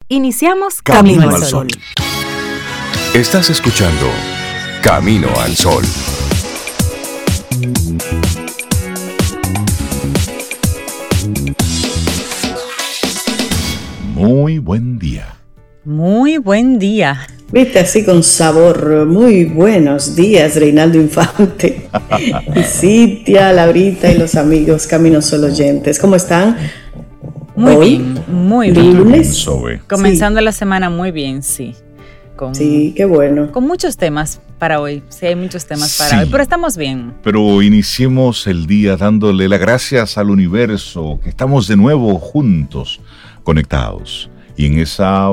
Iniciamos Camino al Sol. Estás escuchando Camino al Sol. Muy buen día. Muy buen día. Viste, así con sabor. Muy buenos días, Reinaldo Infante. Y Cintia, Laurita y los amigos Camino Sol oyentes. ¿Cómo están? Muy bien, muy bien. Lunes. Comenzando la semana muy bien, sí. Sí, qué bueno. Con muchos temas para hoy. Sí, hay muchos temas para hoy, pero estamos bien. Pero iniciemos el día dándole las gracias al universo, que estamos de nuevo juntos, conectados. Y en esa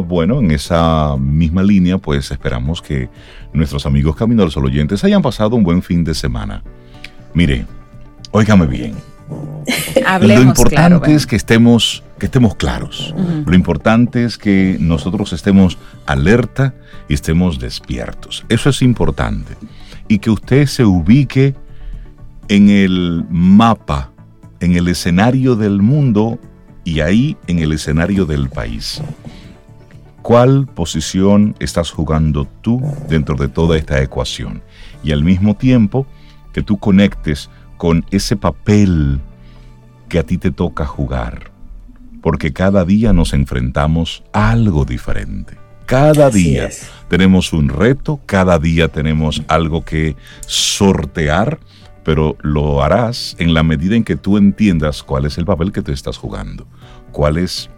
misma línea, pues esperamos que nuestros amigos Camino al Sol oyentes hayan pasado un buen fin de semana. Mire, óigame bien. Hablemos, lo importante claro, es que estemos claros. Uh-huh. Lo importante es que nosotros estemos alerta y estemos despiertos. Eso es importante. Y que usted se ubique en el mapa, en el escenario del mundo y ahí en el escenario del país. ¿Cuál posición estás jugando tú dentro de toda esta ecuación? Y al mismo tiempo que tú conectes con ese papel que a ti te toca jugar. Porque cada día nos enfrentamos a algo diferente. Cada día tenemos un reto, cada día tenemos algo que sortear, pero lo harás en la medida en que tú entiendas cuál es el papel que te estás jugando, cuál es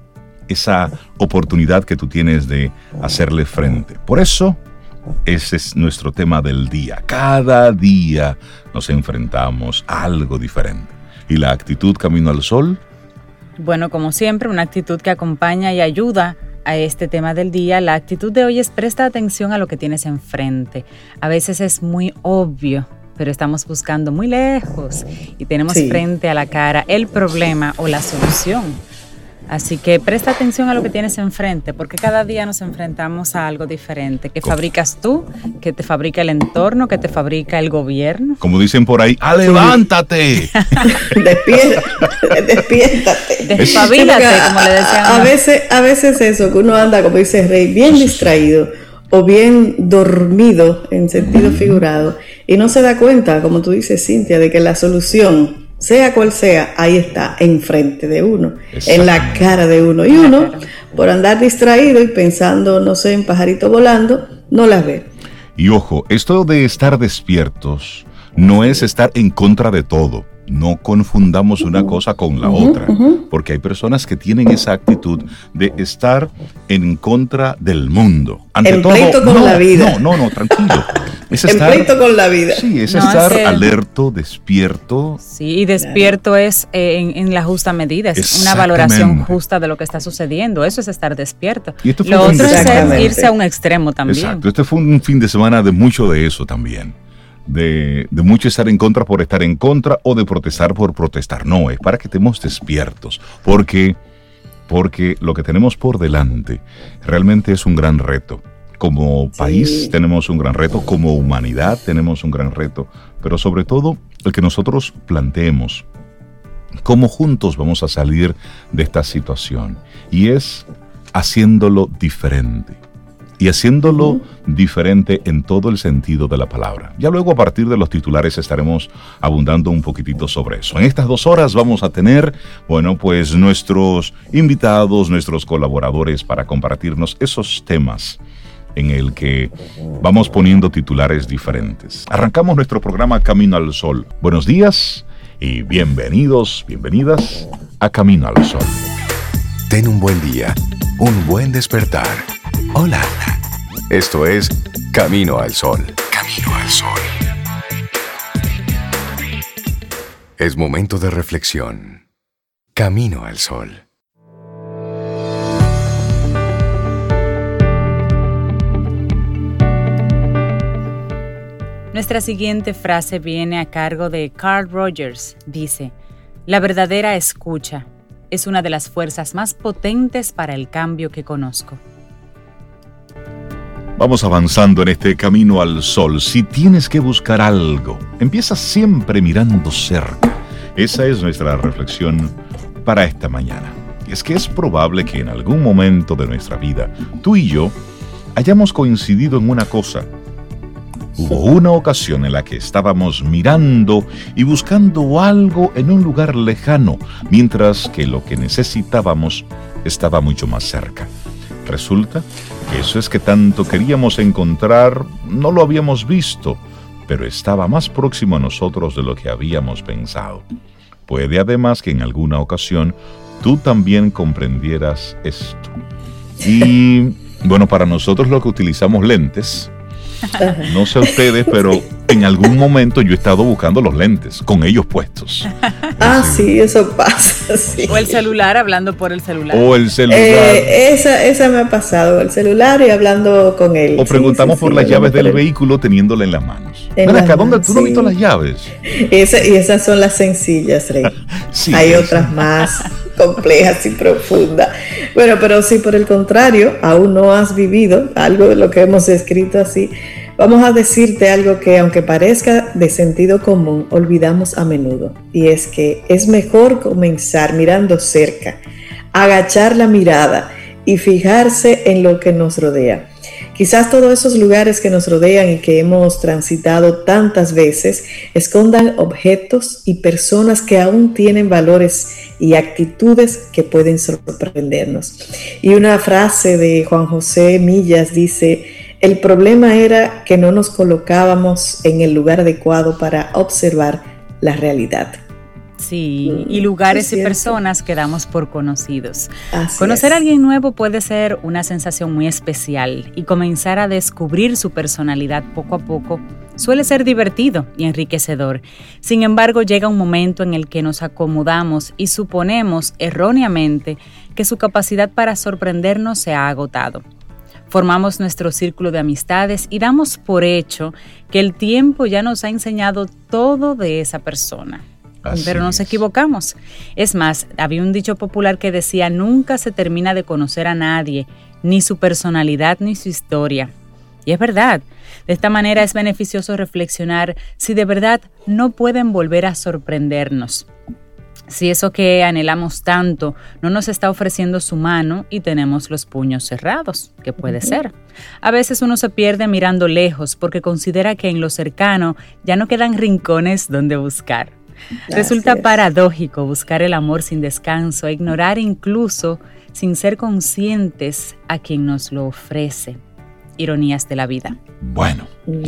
esa oportunidad que tú tienes de hacerle frente. Por eso, ese es nuestro tema del día. Cada día nos enfrentamos a algo diferente. ¿Y la actitud Camino al Sol? Bueno, como siempre, una actitud que acompaña y ayuda a este tema del día. La actitud de hoy es: presta atención a lo que tienes enfrente. A veces es muy obvio, pero estamos buscando muy lejos y tenemos frente a la cara el problema o la solución. Así que presta atención a lo que tienes enfrente, porque cada día nos enfrentamos a algo diferente. ¿Qué fabricas tú? ¿Qué te fabrica el entorno? ¿Qué te fabrica el gobierno? Como dicen por ahí, ¡levántate! Despiértate. Despabilate, como le decían. A veces eso, que uno anda, como dice Rey, bien distraído o bien dormido en sentido figurado y no se da cuenta, como tú dices, Cintia, de que la solución, sea cual sea, ahí está, enfrente de uno, en la cara de uno. Y uno, por andar distraído y pensando, no sé, en pajarito volando, no las ve. Y ojo, esto de estar despiertos no es estar en contra de todo. No confundamos una cosa con la otra, porque hay personas que tienen esa actitud de estar en contra del mundo. Ante el pleito con la vida. No, tranquilo. Es el pleito con la vida. Sí, es estar alerto, despierto. Sí, y despierto es en la justa medida, es una valoración justa de lo que está sucediendo. Eso es estar despierto. Y esto fue lo otro es irse a un extremo también. Exacto, este fue un fin de semana de mucho de eso también. De mucho estar en contra por estar en contra o de protestar por protestar. No, es para que estemos despiertos, porque lo que tenemos por delante realmente es un gran reto. Como país tenemos un gran reto, como humanidad tenemos un gran reto, pero sobre todo el que nosotros planteemos cómo juntos vamos a salir de esta situación, y es haciéndolo diferente. Y haciéndolo diferente en todo el sentido de la palabra. Ya luego, a partir de los titulares, estaremos abundando un poquitito sobre eso. En estas 2 horas vamos a tener, pues nuestros invitados, nuestros colaboradores para compartirnos esos temas en el que vamos poniendo titulares diferentes. Arrancamos nuestro programa Camino al Sol. Buenos días y bienvenidas a Camino al Sol. Ten un buen día, un buen despertar. Hola. Esto es Camino al Sol. Camino al Sol. Es momento de reflexión. Camino al Sol. Nuestra siguiente frase viene a cargo de Carl Rogers. Dice: la verdadera escucha es una de las fuerzas más potentes para el cambio que conozco. Vamos avanzando en este Camino al Sol. Si tienes que buscar algo, empieza siempre mirando cerca. Esa es nuestra reflexión para esta mañana. Y es que es probable que en algún momento de nuestra vida, tú y yo hayamos coincidido en una cosa. Hubo una ocasión en la que estábamos mirando y buscando algo en un lugar lejano, mientras que lo que necesitábamos estaba mucho más cerca. Resulta que eso es que tanto queríamos encontrar, no lo habíamos visto, pero estaba más próximo a nosotros de lo que habíamos pensado. Puede además que en alguna ocasión tú también comprendieras esto. Y bueno, para nosotros lo que utilizamos lentes, no sé ustedes, pero en algún momento yo he estado buscando los lentes con ellos puestos. Sí, eso pasa. Sí. O el celular, hablando por el celular. O el celular. Esa me ha pasado, el celular y hablando con él. O preguntamos por las llaves del vehículo teniéndola en las manos. Ven acá, ¿dónde tú no has visto las llaves? Y esas son las sencillas, Rey. Sí, hay otras más complejas y profundas. Bueno, pero si por el contrario aún no has vivido algo de lo que hemos escrito así, vamos a decirte algo que, aunque parezca de sentido común, olvidamos a menudo. Y es que es mejor comenzar mirando cerca, agachar la mirada y fijarse en lo que nos rodea. Quizás todos esos lugares que nos rodean y que hemos transitado tantas veces escondan objetos y personas que aún tienen valores y actitudes que pueden sorprendernos. Y una frase de Juan José Millas dice: el problema era que no nos colocábamos en el lugar adecuado para observar la realidad. Sí, y lugares y personas que damos por conocidos. Así Conocer es. a alguien nuevo puede ser una sensación muy especial, y comenzar a descubrir su personalidad poco a poco suele ser divertido y enriquecedor. Sin embargo, llega un momento en el que nos acomodamos y suponemos erróneamente que su capacidad para sorprendernos se ha agotado. Formamos nuestro círculo de amistades y damos por hecho que el tiempo ya nos ha enseñado todo de esa persona. Pero nos equivocamos. Es más, había un dicho popular que decía: nunca se termina de conocer a nadie, ni su personalidad ni su historia. Y es verdad. De esta manera es beneficioso reflexionar si de verdad no pueden volver a sorprendernos. Si eso que anhelamos tanto no nos está ofreciendo su mano y tenemos los puños cerrados, que puede ser. A veces uno se pierde mirando lejos porque considera que en lo cercano ya no quedan rincones donde buscar. Resulta paradójico buscar el amor sin descanso e ignorar incluso sin ser conscientes a quien nos lo ofrece. Ironías de la vida. Bueno,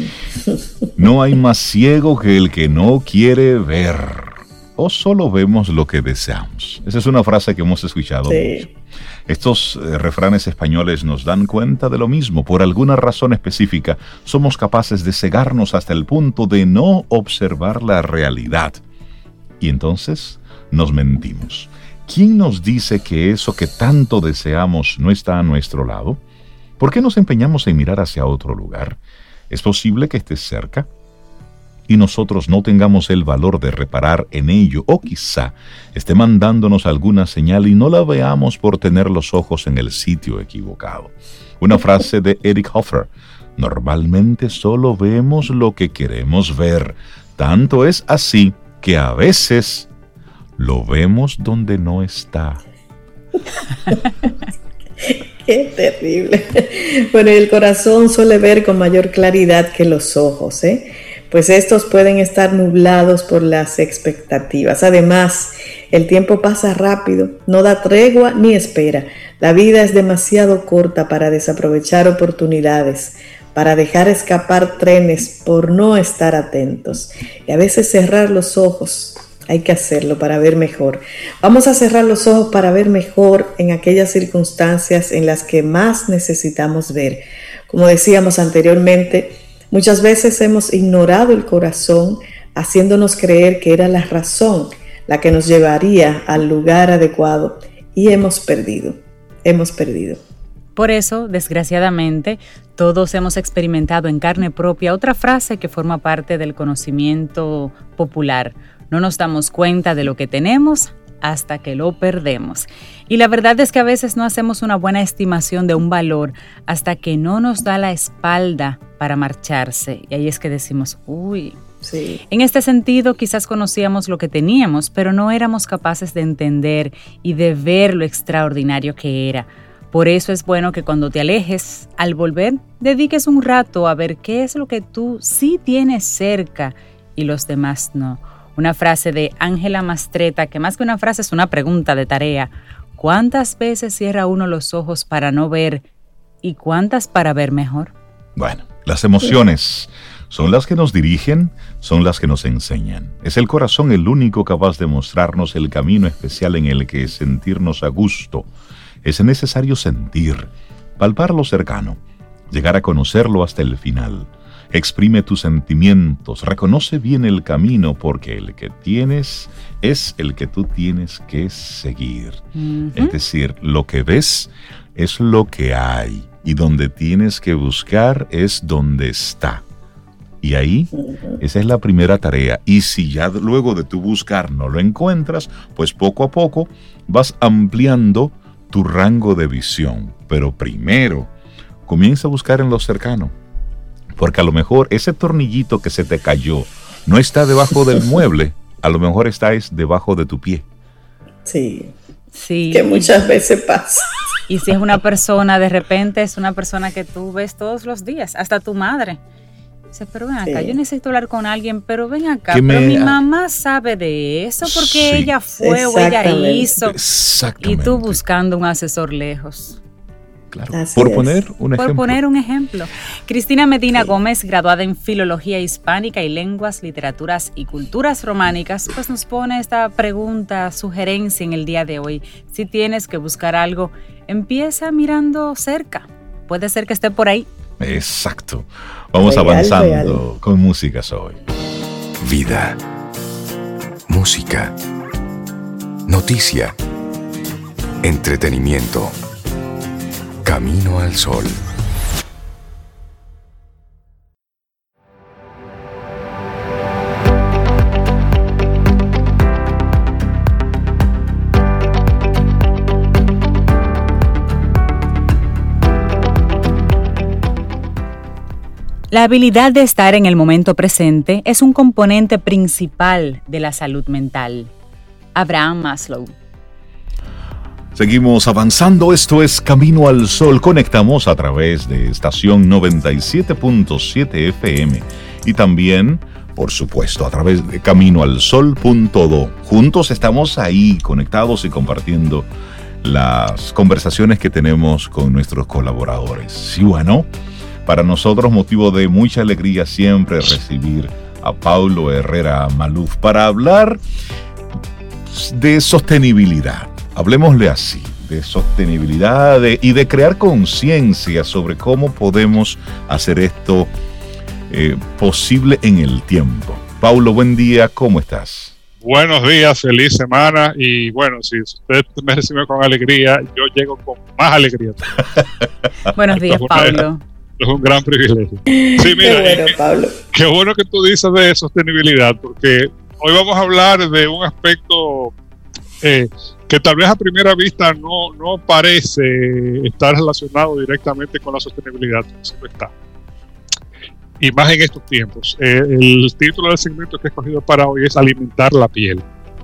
no hay más ciego que el que no quiere ver, o solo vemos lo que deseamos. Esa es una frase que hemos escuchado mucho. Estos refranes españoles nos dan cuenta de lo mismo. Por alguna razón específica, somos capaces de cegarnos hasta el punto de no observar la realidad. Y entonces nos mentimos. ¿Quién nos dice que eso que tanto deseamos no está a nuestro lado? ¿Por qué nos empeñamos en mirar hacia otro lugar? ¿Es posible que esté cerca y nosotros no tengamos el valor de reparar en ello? O quizá esté mandándonos alguna señal y no la veamos por tener los ojos en el sitio equivocado. Una frase de Eric Hoffer: normalmente solo vemos lo que queremos ver. Tanto es así que a veces lo vemos donde no está. Qué terrible. Bueno, el corazón suele ver con mayor claridad que los ojos, pues estos pueden estar nublados por las expectativas. Además, el tiempo pasa rápido, no da tregua ni espera. La vida es demasiado corta para desaprovechar oportunidades, para dejar escapar trenes por no estar atentos. Y a veces cerrar los ojos, hay que hacerlo para ver mejor. Vamos a cerrar los ojos para ver mejor en aquellas circunstancias en las que más necesitamos ver. Como decíamos anteriormente, muchas veces hemos ignorado el corazón, haciéndonos creer que era la razón la que nos llevaría al lugar adecuado, y hemos perdido. Por eso, desgraciadamente, todos hemos experimentado en carne propia otra frase que forma parte del conocimiento popular: no nos damos cuenta de lo que tenemos hasta que lo perdemos. Y la verdad es que a veces no hacemos una buena estimación de un valor hasta que no nos da la espalda para marcharse. Y ahí es que decimos: uy, Sí. En este sentido, quizás conocíamos lo que teníamos, pero no éramos capaces de entender y de ver lo extraordinario que era. Por eso es bueno que cuando te alejes, al volver, dediques un rato a ver qué es lo que tú sí tienes cerca y los demás no. Una frase de Ángela Mastretta, que más que una frase es una pregunta de tarea. ¿Cuántas veces cierra uno los ojos para no ver y cuántas para ver mejor? Bueno, las emociones son las que nos dirigen, son las que nos enseñan. Es el corazón el único capaz de mostrarnos el camino especial en el que sentirnos a gusto. Es necesario sentir, palpar lo cercano, llegar a conocerlo hasta el final. Exprime tus sentimientos, reconoce bien el camino, porque el que tienes es el que tú tienes que seguir. Es decir, lo que ves es lo que hay, y donde tienes que buscar es donde está. Y ahí, esa es la primera tarea. Y si ya luego de tu buscar no lo encuentras, pues poco a poco vas ampliando tu rango de visión. Pero primero, comienza a buscar en lo cercano. Porque a lo mejor ese tornillito que se te cayó no está debajo del mueble, a lo mejor está debajo de tu pie. Sí. Sí. Que muchas veces pasa. Y si es una persona, de repente es una persona que tú ves todos los días, hasta tu madre. Dice, pero ven acá, yo necesito hablar con alguien, pero ven acá, pero mi mamá sabe de eso porque ella fue o ella hizo. Exactamente. Y tú buscando un asesor lejos. Claro. Por poner un ejemplo. Cristina Medina Gómez, graduada en Filología Hispánica y Lenguas, Literaturas y Culturas Románicas, pues nos pone esta pregunta, sugerencia en el día de hoy. Si tienes que buscar algo, empieza mirando cerca. Puede ser que esté por ahí. Exacto. Vamos avanzando con músicas hoy. Vida, música, noticia, entretenimiento. Camino al Sol. La habilidad de estar en el momento presente es un componente principal de la salud mental. Abraham Maslow. Seguimos avanzando, esto es Camino al Sol. Conectamos a través de estación 97.7 FM y también, por supuesto, a través de caminoalsol.do. Juntos estamos ahí conectados y compartiendo las conversaciones que tenemos con nuestros colaboradores. Y bueno, para nosotros motivo de mucha alegría siempre recibir a Paulo Herrera Maluf para hablar de sostenibilidad. Hablemosle así, de sostenibilidad y de crear conciencia sobre cómo podemos hacer esto posible en el tiempo. Paulo, buen día, ¿cómo estás? Buenos días, feliz semana y bueno, si usted me recibe con alegría, yo llego con más alegría. Buenos días, Paulo. Es un gran privilegio. Sí, mira, qué bueno, Pablo. Qué bueno que tú dices de sostenibilidad, porque hoy vamos a hablar de un aspecto que tal vez a primera vista no parece estar relacionado directamente con la sostenibilidad, pero sí lo está. Y más en estos tiempos. El título del segmento que he escogido para hoy es Alimentar la piel.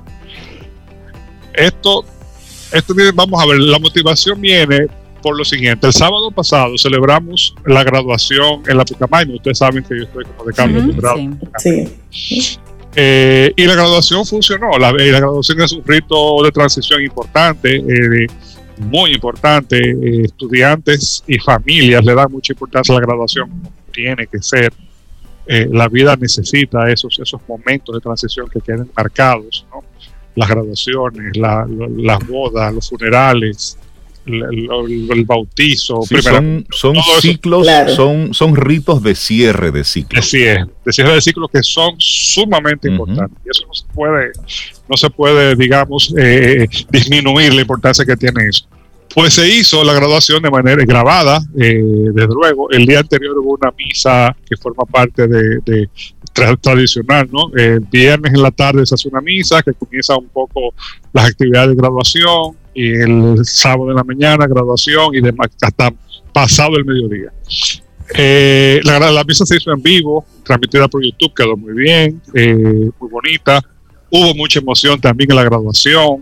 Esto vamos a ver, la motivación viene por lo siguiente. El sábado pasado celebramos la graduación en la Pucamaima. Ustedes saben que yo estoy como decano de grado. Sí. Y la graduación funcionó. La graduación es un rito de transición importante, muy importante. Estudiantes y familias le dan mucha importancia a la graduación, como tiene que ser. La vida necesita esos momentos de transición que queden marcados, ¿no? Las graduaciones, las bodas, los funerales, el bautizo. Sí, son ciclos, claro. son ritos de cierre de ciclos. Así es, de cierre de ciclos que son sumamente importantes. Y eso no se puede, digamos, disminuir la importancia que tiene eso. Pues se hizo la graduación de manera grabada, desde luego. El día anterior hubo una misa que forma parte de tradicional, ¿no? El viernes en la tarde se hace una misa que comienza un poco las actividades de graduación, y el sábado en la mañana graduación y demás, hasta pasado el mediodía. La misa se hizo en vivo, transmitida por YouTube, quedó muy bien, muy bonita. Hubo mucha emoción también en la graduación,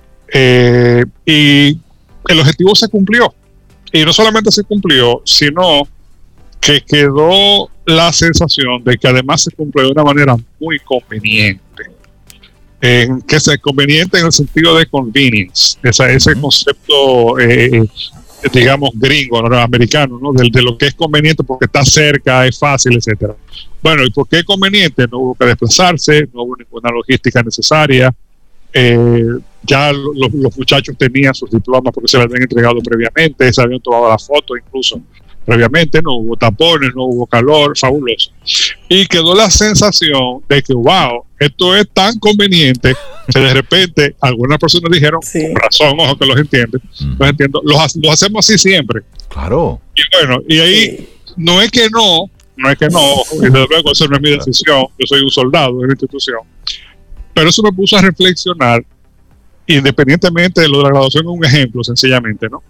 y el objetivo se cumplió. Y no solamente se cumplió, sino que quedó la sensación de que además se cumplió de una manera muy conveniente. Que sea conveniente en el sentido de convenience, ese concepto, digamos, gringo, ¿no? Americano, ¿no? De lo que es conveniente porque está cerca, es fácil, etcétera. Bueno, ¿y por qué conveniente? No hubo que desplazarse, no hubo ninguna logística necesaria. Ya los muchachos tenían sus diplomas porque se les habían entregado previamente, se habían tomado la foto incluso previamente, no hubo tapones, no hubo calor, fabuloso. Y quedó la sensación de que, wow, esto es tan conveniente que de repente algunas personas dijeron, con razón, ojo que los entiendo, los hacemos así siempre. Claro. Y bueno, y ahí no es que no, y desde luego eso no es mi decisión, yo soy un soldado de la institución, pero eso me puso a reflexionar, independientemente de lo de la graduación, un ejemplo sencillamente, ¿no?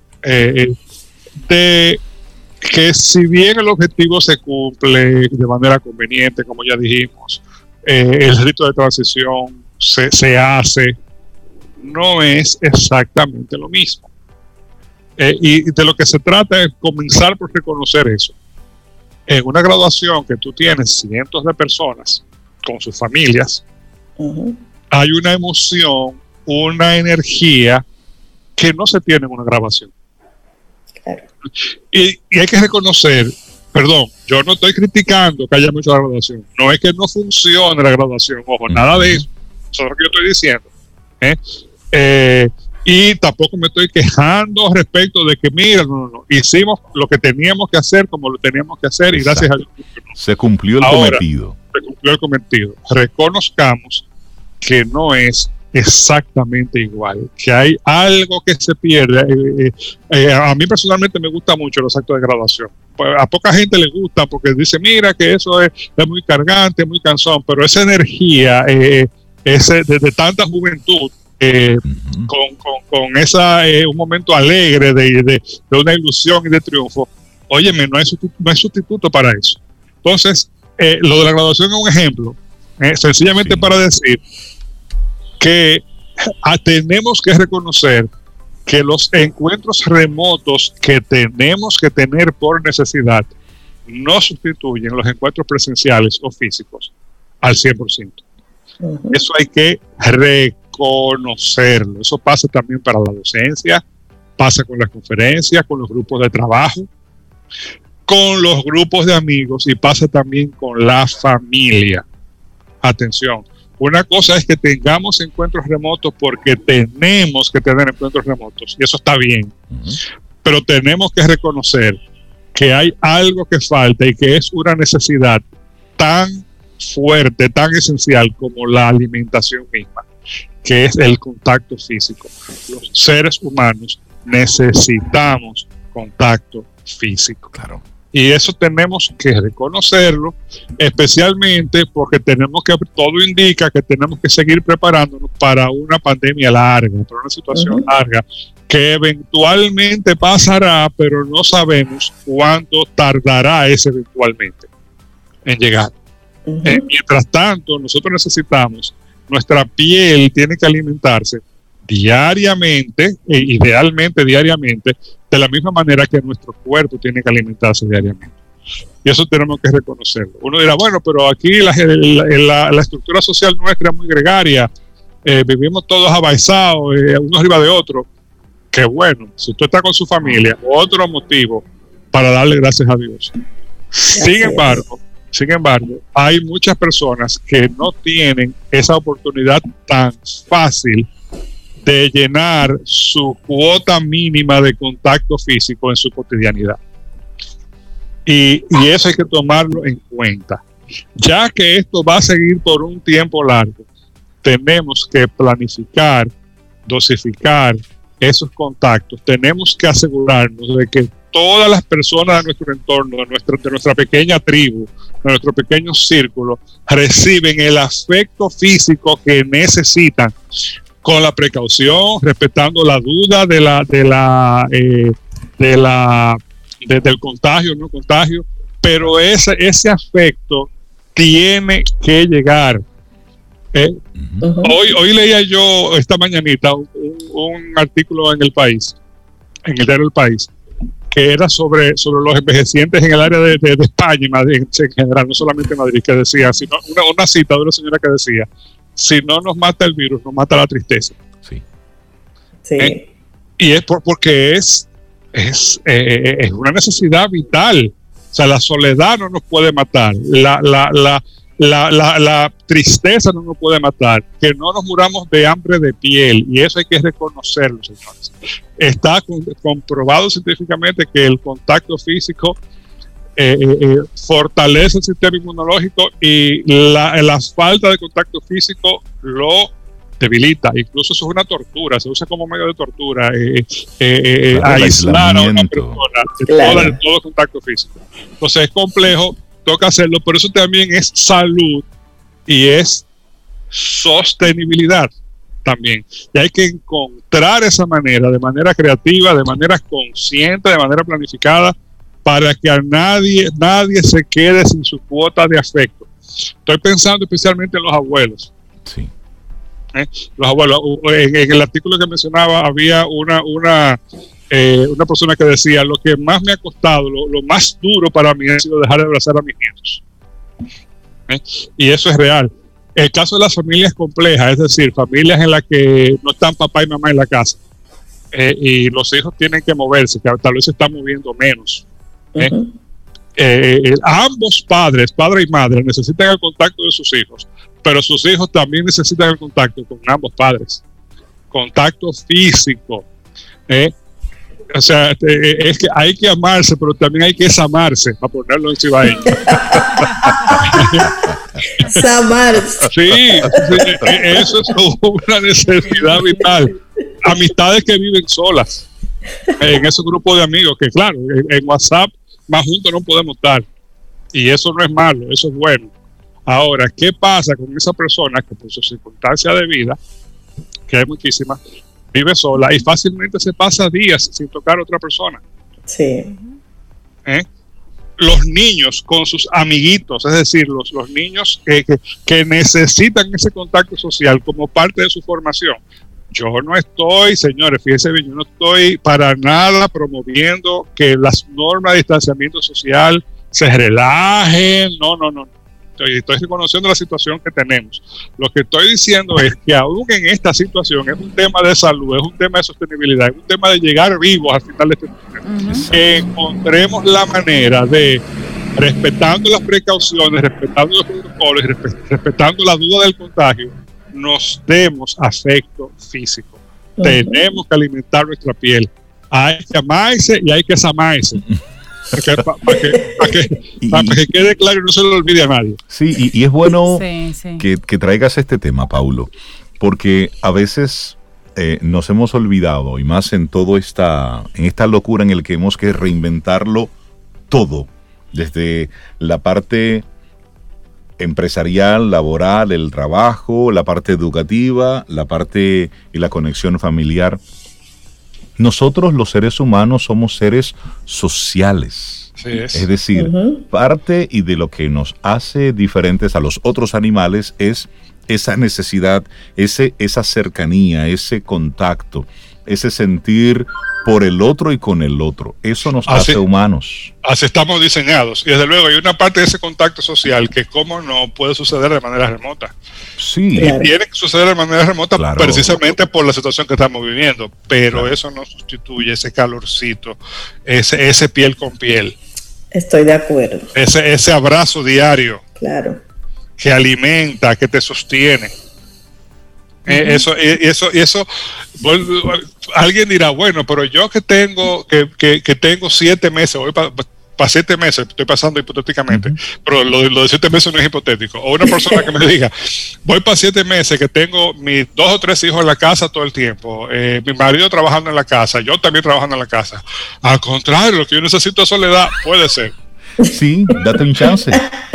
De que si bien el objetivo se cumple de manera conveniente, como ya dijimos, el rito de transición se hace, no es exactamente lo mismo. Y de lo que se trata es comenzar por reconocer eso. En una graduación que tú tienes cientos de personas con sus familias, hay una emoción, una energía que no se tiene en una grabación. Y hay que reconocer, perdón, yo no estoy criticando que haya mucha graduación, no es que no funcione la graduación, ojo, nada de eso, eso es lo que yo estoy diciendo. Y tampoco me estoy quejando respecto de que, mira, no, hicimos lo que teníamos que hacer como lo teníamos que hacer. Exacto. Y gracias a Dios se cumplió el cometido. Se cumplió el cometido. Reconozcamos que no es exactamente igual, que hay algo que se pierde. A mí personalmente me gustan mucho los actos de graduación. A poca gente le gusta porque dice, mira que eso es muy cargante, muy cansón, pero esa energía de tanta juventud, con esa un momento alegre de una ilusión y de triunfo, óyeme, no hay sustituto para eso. Entonces, lo de la graduación es un ejemplo, sencillamente para decir que tenemos que reconocer que los encuentros remotos que tenemos que tener por necesidad no sustituyen los encuentros presenciales o físicos al 100%. Eso hay que reconocerlo. Eso pasa también para la docencia, pasa con las conferencias, con los grupos de trabajo, con los grupos de amigos y pasa también con la familia. Atención. Una cosa es que tengamos encuentros remotos porque tenemos que tener encuentros remotos y eso está bien, pero tenemos que reconocer que hay algo que falta y que es una necesidad tan fuerte, tan esencial como la alimentación misma, que es el contacto físico. Los seres humanos necesitamos contacto físico. Claro. Y eso tenemos que reconocerlo, especialmente porque todo indica que tenemos que seguir preparándonos para una pandemia larga, para una situación larga, que eventualmente pasará, pero no sabemos cuánto tardará ese eventualmente en llegar. Mientras tanto, nosotros necesitamos, nuestra piel tiene que alimentarse diariamente, idealmente diariamente, de la misma manera que nuestro cuerpo tiene que alimentarse diariamente. Y eso tenemos que reconocerlo. Uno dirá, bueno, pero aquí la estructura social nuestra es muy gregaria, vivimos todos abaizados, uno arriba de otro. Qué bueno, si usted está con su familia, otro motivo para darle gracias a Dios. Sin embargo, hay muchas personas que no tienen esa oportunidad tan fácil de llenar su cuota mínima de contacto físico en su cotidianidad. Y eso hay que tomarlo en cuenta. Ya que esto va a seguir por un tiempo largo, tenemos que planificar, dosificar esos contactos. Tenemos que asegurarnos de que todas las personas de nuestro entorno, de nuestra pequeña tribu, de nuestro pequeño círculo, reciben el afecto físico que necesitan, con la precaución, respetando la duda del contagio, no contagio, pero ese afecto tiene que llegar. Hoy leía yo esta mañanita un artículo en El País, en el diario El País, que era sobre los envejecientes en el área de España y Madrid en general, no solamente en Madrid, que decía, sino una cita de una señora que decía: si no nos mata el virus, nos mata la tristeza. Sí. Y es porque es una necesidad vital. O sea, la soledad no nos puede matar, la tristeza no nos puede matar, que no nos muramos de hambre de piel, y eso hay que reconocerlo, señores. Está comprobado científicamente que el contacto físico fortalece el sistema inmunológico, y la falta de contacto físico lo debilita. Incluso eso es una tortura, se usa como medio de tortura, aislar a una persona de todo contacto físico. Entonces es complejo, toca hacerlo, pero eso también es salud y es sostenibilidad también. Y hay que encontrar esa manera, de manera creativa, de manera consciente, de manera planificada, para que a nadie se quede sin su cuota de afecto. Estoy pensando especialmente en los abuelos. Sí. Los abuelos. En el artículo que mencionaba había una persona que decía: lo que más me ha costado, lo más duro para mí ha sido dejar de abrazar a mis nietos. Y eso es real. El caso de las familias complejas, es decir, familias en las que no están papá y mamá en la casa, y los hijos tienen que moverse, que tal vez se están moviendo menos. Ambos padre y madre, necesitan el contacto de sus hijos, pero sus hijos también necesitan el contacto con ambos padres. Contacto físico. O sea, es que hay que amarse, pero también hay que samarse, para ponerlo en cibaeño. Samarse. Sí, eso es una necesidad vital. Amistades que viven solas, en esos grupos de amigos, que claro, en WhatsApp más juntos no podemos estar. Y eso no es malo, eso es bueno. Ahora, ¿qué pasa con esa persona que por sus circunstancias de vida, que hay muchísimas, vive sola y fácilmente se pasa días sin tocar a otra persona? Sí. Los niños con sus amiguitos, es decir, los niños que necesitan ese contacto social como parte de su formación. Yo no estoy, señores, fíjense bien, yo no estoy para nada promoviendo que las normas de distanciamiento social se relajen, no. Estoy reconociendo la situación que tenemos. Lo que estoy diciendo es que aún en esta situación es un tema de salud, es un tema de sostenibilidad, es un tema de llegar vivos al final de este proceso. Que encontremos la manera de, respetando las precauciones, respetando los protocolos, respetando la duda del contagio, nos demos afecto físico. Tenemos que alimentar nuestra piel. Hay que amarse y hay que samarse. Para que quede claro y no se lo olvide a nadie. Sí, y es bueno que traigas este tema, Paulo, porque a veces nos hemos olvidado, y más en esta locura en el que hemos que reinventarlo todo, desde la parte empresarial, laboral, el trabajo, la parte educativa, la parte y la conexión familiar. Nosotros los seres humanos somos seres sociales. Sí, es decir, parte y de lo que nos hace diferentes a los otros animales es esa necesidad, esa cercanía, ese contacto, ese sentir por el otro y con el otro. Eso nos hace humanos. Así estamos diseñados. Y desde luego hay una parte de ese contacto social que, como no, puede suceder de manera remota. Sí. Y tiene que suceder de manera remota, claro, precisamente por la situación que estamos viviendo. Pero claro, eso no sustituye ese calorcito, ese piel con piel. Estoy de acuerdo. Ese abrazo diario. Claro. Que alimenta, que te sostiene. Eso, alguien dirá, bueno, pero yo que tengo 7 meses, voy para 7 meses, estoy pasando hipotéticamente, pero lo de 7 meses no es hipotético. O una persona que me diga, voy para 7 meses, que tengo mis 2 o 3 hijos en la casa todo el tiempo, mi marido trabajando en la casa, yo también trabajando en la casa. Al contrario, lo que yo necesito es soledad. Puede ser. Sí, date un chance.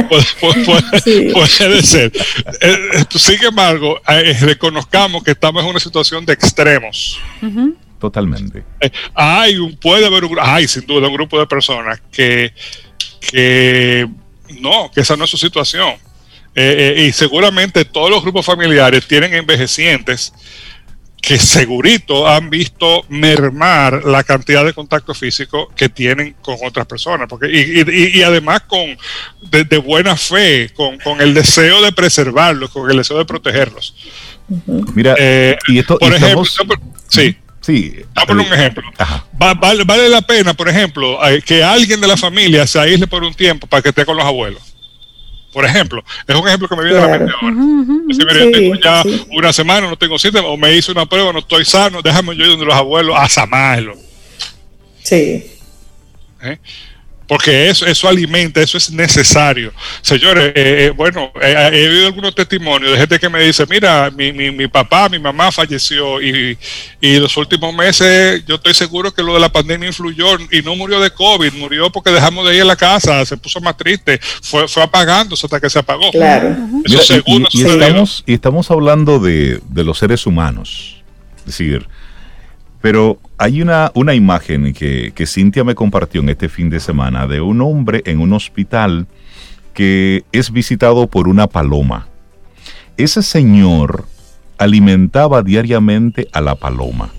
Puede ser. Sin embargo, reconozcamos que estamos en una situación de extremos. Totalmente. Puede haber sin duda un grupo de personas que que esa no es su situación. Y seguramente todos los grupos familiares tienen envejecientes que segurito han visto mermar la cantidad de contacto físico que tienen con otras personas, porque y además de buena fe, con el deseo de preservarlos, con el deseo de protegerlos. Mira, y esto, por ejemplo, sí. Vamos a poner un ejemplo. Vale la pena, por ejemplo, que alguien de la familia se aísle por un tiempo para que esté con los abuelos. Por ejemplo, es un ejemplo que me viene a la mente ahora. Tengo ya una semana, no tengo síntomas, o me hice una prueba, no estoy sano, déjame yo ir donde los abuelos a sanarlo. Sí. Porque eso alimenta, eso es necesario. Señores, he oído algunos testimonios de gente que me dice, mira, mi papá, mi mamá falleció y los últimos meses yo estoy seguro que lo de la pandemia influyó y no murió de COVID, murió porque dejamos de ir a la casa, se puso más triste, fue apagándose hasta que se apagó. Claro. Eso y estamos hablando de los seres humanos, es decir, pero hay una imagen que Cintia me compartió en este fin de semana de un hombre en un hospital que es visitado por una paloma. Ese señor alimentaba diariamente a la paloma.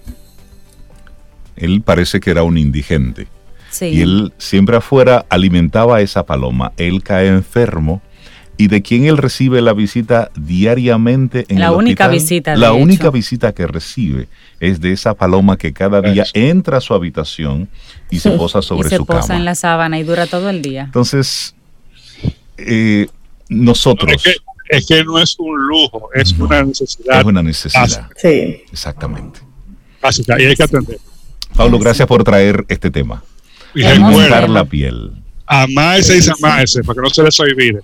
Él parece que era un indigente. Sí. Y él siempre afuera alimentaba a esa paloma. Él cae enfermo. Y de quien él recibe la visita diariamente en el hospital. La única visita que recibe es de esa paloma que cada día entra a su habitación y se posa sobre su cama. Se posa en la sábana y dura todo el día. Entonces, nosotros... Es que no es un lujo, es una necesidad. Es una necesidad. Sí. Exactamente. Básica, y hay que atender. Pablo, gracias por traer este tema. Y remontar la piel. Amáese y desamáese, para que no se les olvide.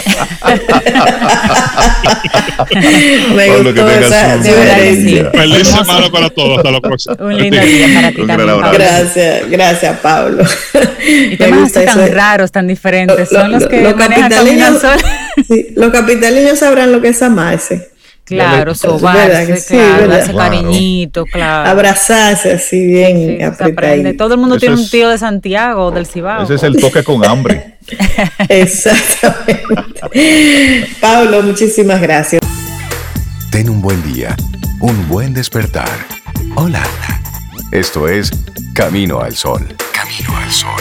Me gustó esa diferencia. Feliz semana para todos, hasta la próxima. Un lindo día para ti también, Pablo. Gracias, Pablo. Y temas así tan raros, tan diferentes, son los que manejan Camino al Sol. Sí, los capitalinos sabrán lo que es amarse. Claro, sobarse, claro, darse cariñito, claro. Abrazarse así bien apretadito. Todo el mundo tiene un tío de Santiago o del Cibao. Ese es el toque con hambre. Exactamente. Pablo, muchísimas gracias. Ten un buen día, un buen despertar. Hola. Esto es Camino al Sol. Camino al Sol.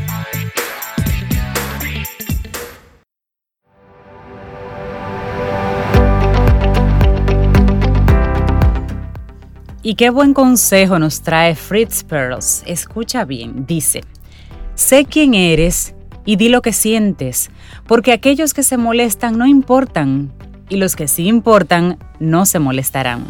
Y qué buen consejo nos trae Fritz Perls. Escucha bien, dice: sé quién eres y di lo que sientes, porque aquellos que se molestan no importan, y los que sí importan no se molestarán.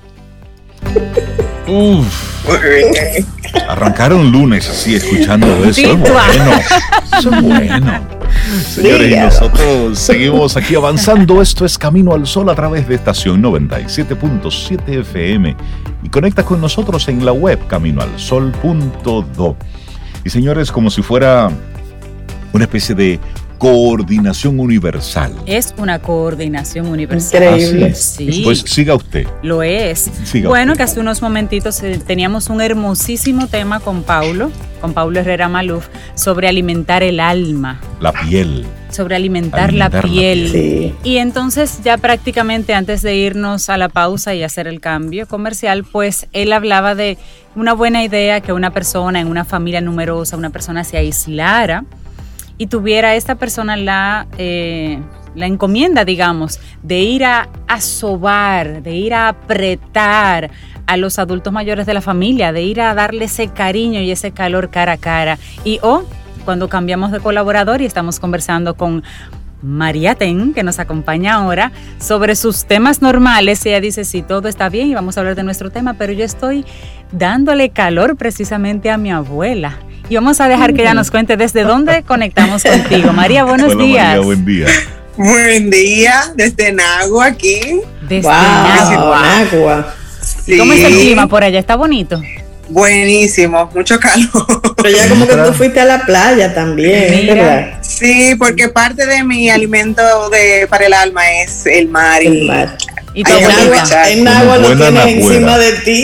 Arrancaron lunes así escuchando eso. Sí, eso es bueno. Señores, y nosotros seguimos aquí avanzando. Esto es Camino al Sol a través de estación 97.7 FM. Y conecta con nosotros en la web caminoalsol.do. Y señores, como si fuera una especie de coordinación universal. Es una coordinación universal. Increíble. Sí. Pues siga usted. Lo es. Siga bueno, usted. Que hace unos momentitos teníamos un hermosísimo tema con Paulo Herrera Maluf, sobre alimentar el alma. La piel. Sobre alimentar la piel. Sí. Y entonces ya prácticamente antes de irnos a la pausa y hacer el cambio comercial, pues él hablaba de una buena idea que una persona en una familia numerosa, una persona se aislara y tuviera a esta persona la encomienda, digamos, de ir a sobar, de ir a apretar a los adultos mayores de la familia, de ir a darle ese cariño y ese calor cara a cara. Y cuando cambiamos de colaborador y estamos conversando con María Ten, que nos acompaña ahora, sobre sus temas normales, ella dice, sí, todo está bien y vamos a hablar de nuestro tema, pero yo estoy dándole calor precisamente a mi abuela. Y vamos a dejar que ella nos cuente desde dónde conectamos contigo. María, buenos días. María, buen día. Buen día, desde Nagua aquí. Desde Nagua. Sí. ¿Y cómo es el clima por allá? ¿Está bonito? Buenísimo, mucho calor. Pero ya como que tú fuiste a la playa también, ¿verdad? Sí, porque parte de mi alimento para el alma es el mar. El mar. ¿Y en Nagua lo tienes encima de ti.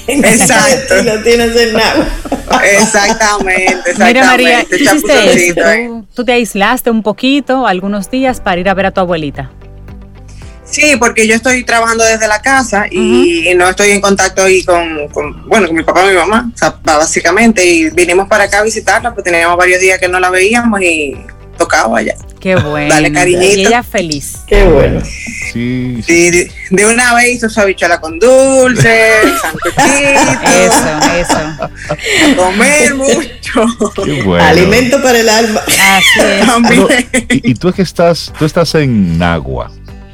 Exacto. Y lo tienes en nada. Exactamente. Mira, María, tú hiciste chapuzoncito, esto. Tú te aislaste un poquito, algunos días, para ir a ver a tu abuelita. Sí, porque yo estoy trabajando desde la casa y no estoy en contacto ahí con mi papá y mi mamá, o sea, básicamente, y vinimos para acá a visitarla, pues teníamos varios días que no la veíamos y tocaba allá. Qué bueno. Dale cariñito. Y ella feliz. Qué bueno. Sí. Sí, de una vez hizo su habichuela con dulce, sancochito. Eso. A comer mucho. Qué bueno. Alimento para el alma. Así es. También. Y tú es que tú estás en Nagua,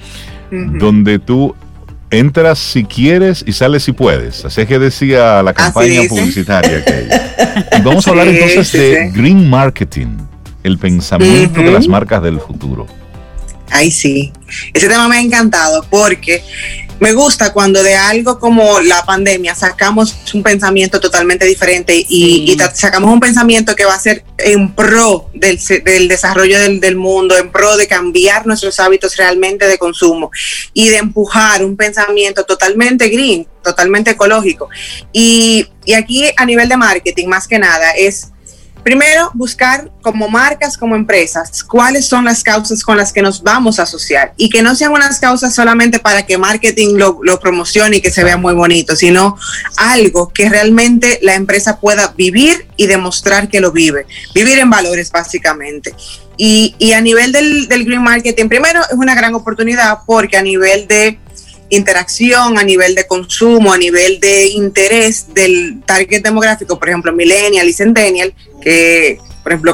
donde tú entras si quieres y sales si puedes. Así es que decía la campaña publicitaria aquella. Y vamos a hablar entonces de green marketing, el pensamiento de las marcas del futuro. Ay, sí. Ese tema me ha encantado porque me gusta cuando de algo como la pandemia sacamos un pensamiento totalmente diferente y sacamos un pensamiento que va a ser en pro del desarrollo del mundo, en pro de cambiar nuestros hábitos realmente de consumo y de empujar un pensamiento totalmente green, totalmente ecológico. Y aquí a nivel de marketing, más que nada, es primero buscar como marcas, como empresas, cuáles son las causas con las que nos vamos a asociar y que no sean unas causas solamente para que marketing lo promocione y que se vea muy bonito, sino algo que realmente la empresa pueda vivir y demostrar que lo vive, vivir en valores básicamente. Y a nivel del green marketing, primero es una gran oportunidad porque a nivel de interacción, a nivel de consumo, a nivel de interés del target demográfico, por ejemplo, millennial y centennial, que, por ejemplo,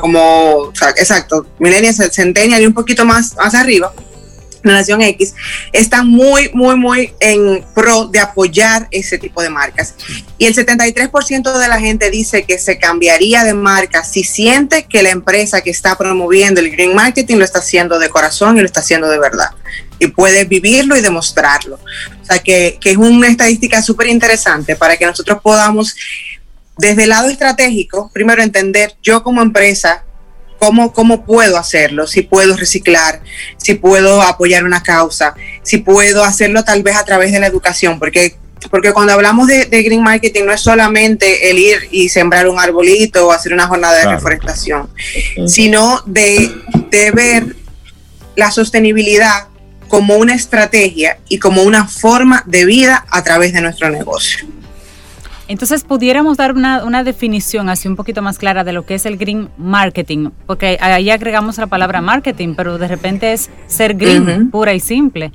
millennial, centennial y un poquito más arriba, generación X, están muy en pro de apoyar ese tipo de marcas. Y el 73% de la gente dice que se cambiaría de marca si siente que la empresa que está promoviendo el green marketing lo está haciendo de corazón y lo está haciendo de verdad. Y puede vivirlo y demostrarlo. O sea, que es una estadística súper interesante para que nosotros podamos, desde el lado estratégico, primero entender yo como empresa, cómo puedo hacerlo, si puedo reciclar, si puedo apoyar una causa, si puedo hacerlo tal vez a través de la educación, porque cuando hablamos de green marketing no es solamente el ir y sembrar un arbolito o hacer una jornada de reforestación, sino de ver la sostenibilidad como una estrategia y como una forma de vida a través de nuestro negocio. Entonces, pudiéramos dar una definición así un poquito más clara de lo que es el green marketing, porque ahí agregamos la palabra marketing, pero de repente es ser green, pura y simple.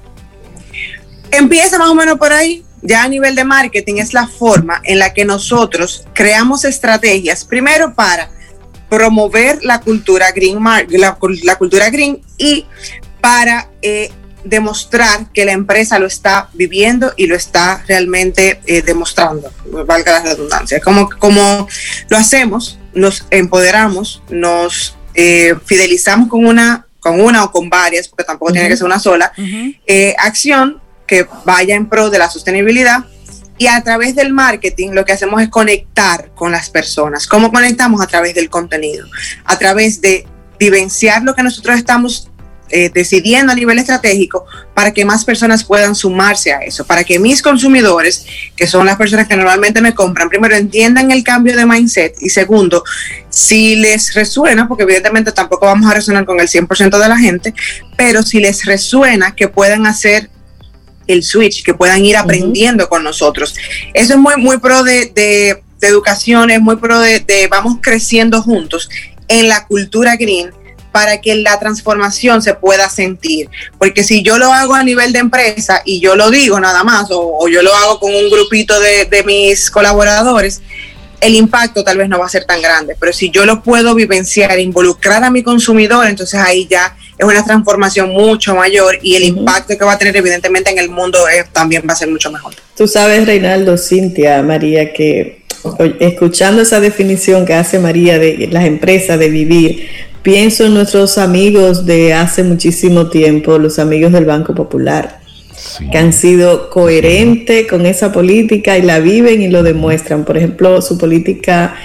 Empieza más o menos por ahí. Ya a nivel de marketing es la forma en la que nosotros creamos estrategias, primero para promover la cultura green, la cultura green y para demostrar que la empresa lo está viviendo y lo está realmente demostrando, valga la redundancia. Como lo hacemos, nos empoderamos, nos fidelizamos con una o con varias, porque tampoco tiene que ser una sola, acción que vaya en pro de la sostenibilidad. Y a través del marketing lo que hacemos es conectar con las personas. ¿Cómo conectamos? A través del contenido, a través de vivenciar lo que nosotros estamos decidiendo a nivel estratégico para que más personas puedan sumarse a eso, para que mis consumidores, que son las personas que normalmente me compran, primero entiendan el cambio de mindset y segundo, si les resuena, porque evidentemente tampoco vamos a resonar con el 100% de la gente, pero si les resuena, que puedan hacer el switch, que puedan ir aprendiendo con nosotros. Eso es muy pro de educación, es muy pro de vamos creciendo juntos en la cultura green, para que la transformación se pueda sentir. Porque si yo lo hago a nivel de empresa y yo lo digo nada más, o yo lo hago con un grupito de mis colaboradores, el impacto tal vez no va a ser tan grande. Pero si yo lo puedo vivenciar, involucrar a mi consumidor, entonces ahí ya es una transformación mucho mayor y el impacto que va a tener evidentemente en el mundo también va a ser mucho mejor. Tú sabes, Reinaldo, Cintia, María, que escuchando esa definición que hace María de las empresas de vivir, pienso en nuestros amigos de hace muchísimo tiempo, los amigos del Banco Popular, que han sido coherentes con esa política y la viven y lo demuestran. Por ejemplo, su política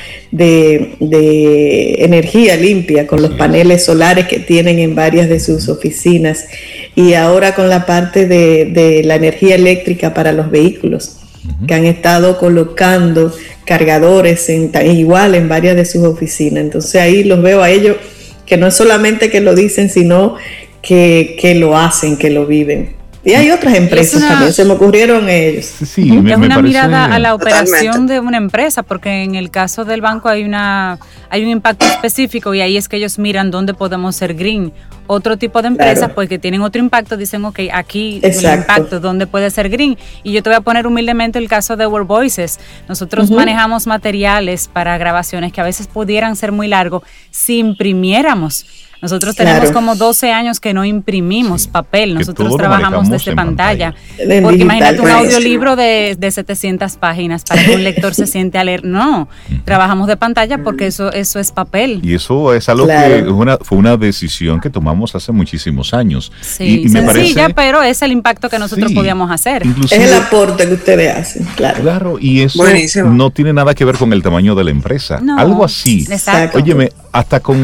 de energía limpia con los paneles solares que tienen en varias de sus oficinas y ahora con la parte de la energía eléctrica para los vehículos. que han estado colocando cargadores igual en varias de sus oficinas. Entonces ahí los veo a ellos, que no es solamente que lo dicen, sino que lo hacen, que lo viven. Y hay otras empresas también, se me ocurrieron ellos. Sí, es una parece... mirada a la operación de una empresa, porque en el caso del banco hay un impacto específico y ahí es que ellos miran dónde podemos ser green. Otro tipo de empresas, claro, pues que tienen otro impacto, dicen, ok, aquí el impacto, ¿dónde puede ser green? Y yo te voy a poner humildemente el caso de Word Voices. Nosotros manejamos materiales para grabaciones que a veces pudieran ser muy largos si imprimiéramos. Nosotros tenemos como 12 años que no imprimimos papel, nosotros trabajamos desde pantalla. Porque imagínate un audiolibro de 700 páginas para que un lector se siente a leer. No, trabajamos de pantalla porque eso es papel. Y eso es algo que fue una decisión que tomamos hace muchísimos años. Sí, y me sencilla, pero es el impacto que nosotros podíamos hacer. Es el aporte que ustedes hacen, claro. Claro, y eso no tiene nada que ver con el tamaño de la empresa. No, algo así. Exacto. Óyeme, hasta con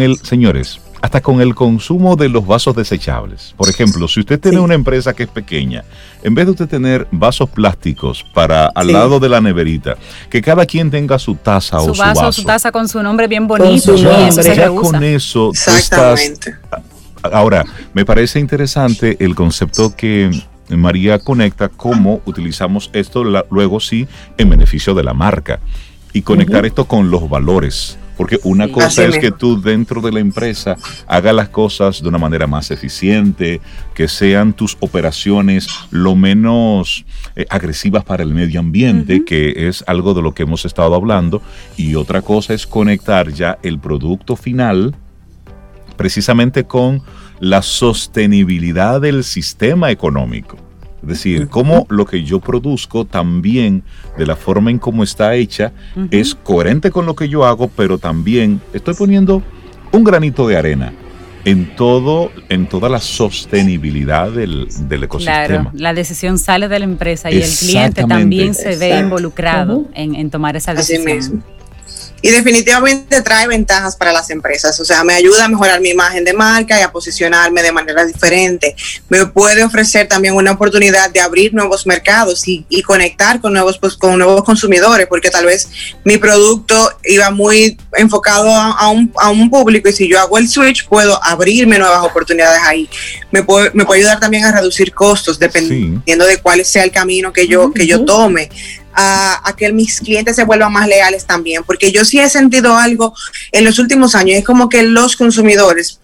el consumo de los vasos desechables. Por ejemplo, si usted tiene una empresa que es pequeña, en vez de usted tener vasos plásticos para al lado de la neverita, que cada quien tenga su taza o su vaso. Su taza con su nombre bien bonito. Y eso se reusa. Con eso, exactamente. Ahora, me parece interesante el concepto que María conecta, cómo utilizamos esto luego sí en beneficio de la marca y conectar esto con los valores. Porque una cosa es que tú dentro de la empresa hagas las cosas de una manera más eficiente, que sean tus operaciones lo menos agresivas para el medio ambiente, que es algo de lo que hemos estado hablando, y otra cosa es conectar ya el producto final precisamente con la sostenibilidad del sistema económico. Es decir, cómo lo que yo produzco también, de la forma en cómo está hecha, es coherente con lo que yo hago, pero también estoy poniendo un granito de arena en toda la sostenibilidad del ecosistema. Claro, la decisión sale de la empresa y el cliente también se ve involucrado en tomar esa decisión. Así mismo. Y definitivamente trae ventajas para las empresas, o sea, me ayuda a mejorar mi imagen de marca y a posicionarme de manera diferente. Me puede ofrecer también una oportunidad de abrir nuevos mercados y conectar con nuevos consumidores, porque tal vez mi producto iba muy enfocado a un público y si yo hago el switch puedo abrirme nuevas oportunidades ahí. Me puede ayudar también a reducir costos dependiendo de cuál sea el camino que yo tome. A que mis clientes se vuelvan más leales también, porque yo sí he sentido algo en los últimos años, es como que los consumidores,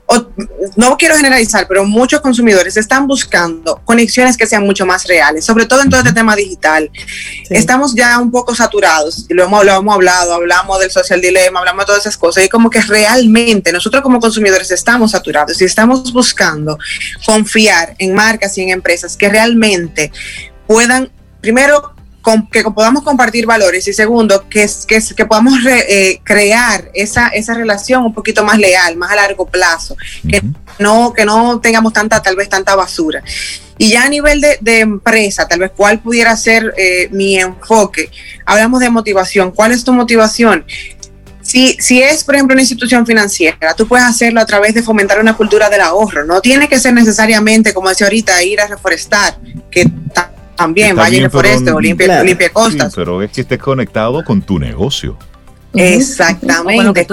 no quiero generalizar, pero muchos consumidores están buscando conexiones que sean mucho más reales, sobre todo en todo este tema digital. Estamos ya un poco saturados, y lo hemos hablado, hablamos del social dilemma, hablamos de todas esas cosas, y como que realmente nosotros como consumidores estamos saturados y estamos buscando confiar en marcas y en empresas que realmente puedan, primero, que podamos compartir valores y segundo, que podamos crear esa relación un poquito más leal, más a largo plazo, que no tengamos tal vez tanta basura. Y ya a nivel de empresa, tal vez cuál pudiera ser mi enfoque. Hablamos de motivación. ¿Cuál es tu motivación? Si es, por ejemplo, una institución financiera, tú puedes hacerlo a través de fomentar una cultura del ahorro. No tiene que ser necesariamente, como decía ahorita, ir a reforestar, que también vaya y reforeste o limpie costas. Sí, pero es que estés conectado con tu negocio. Exactamente.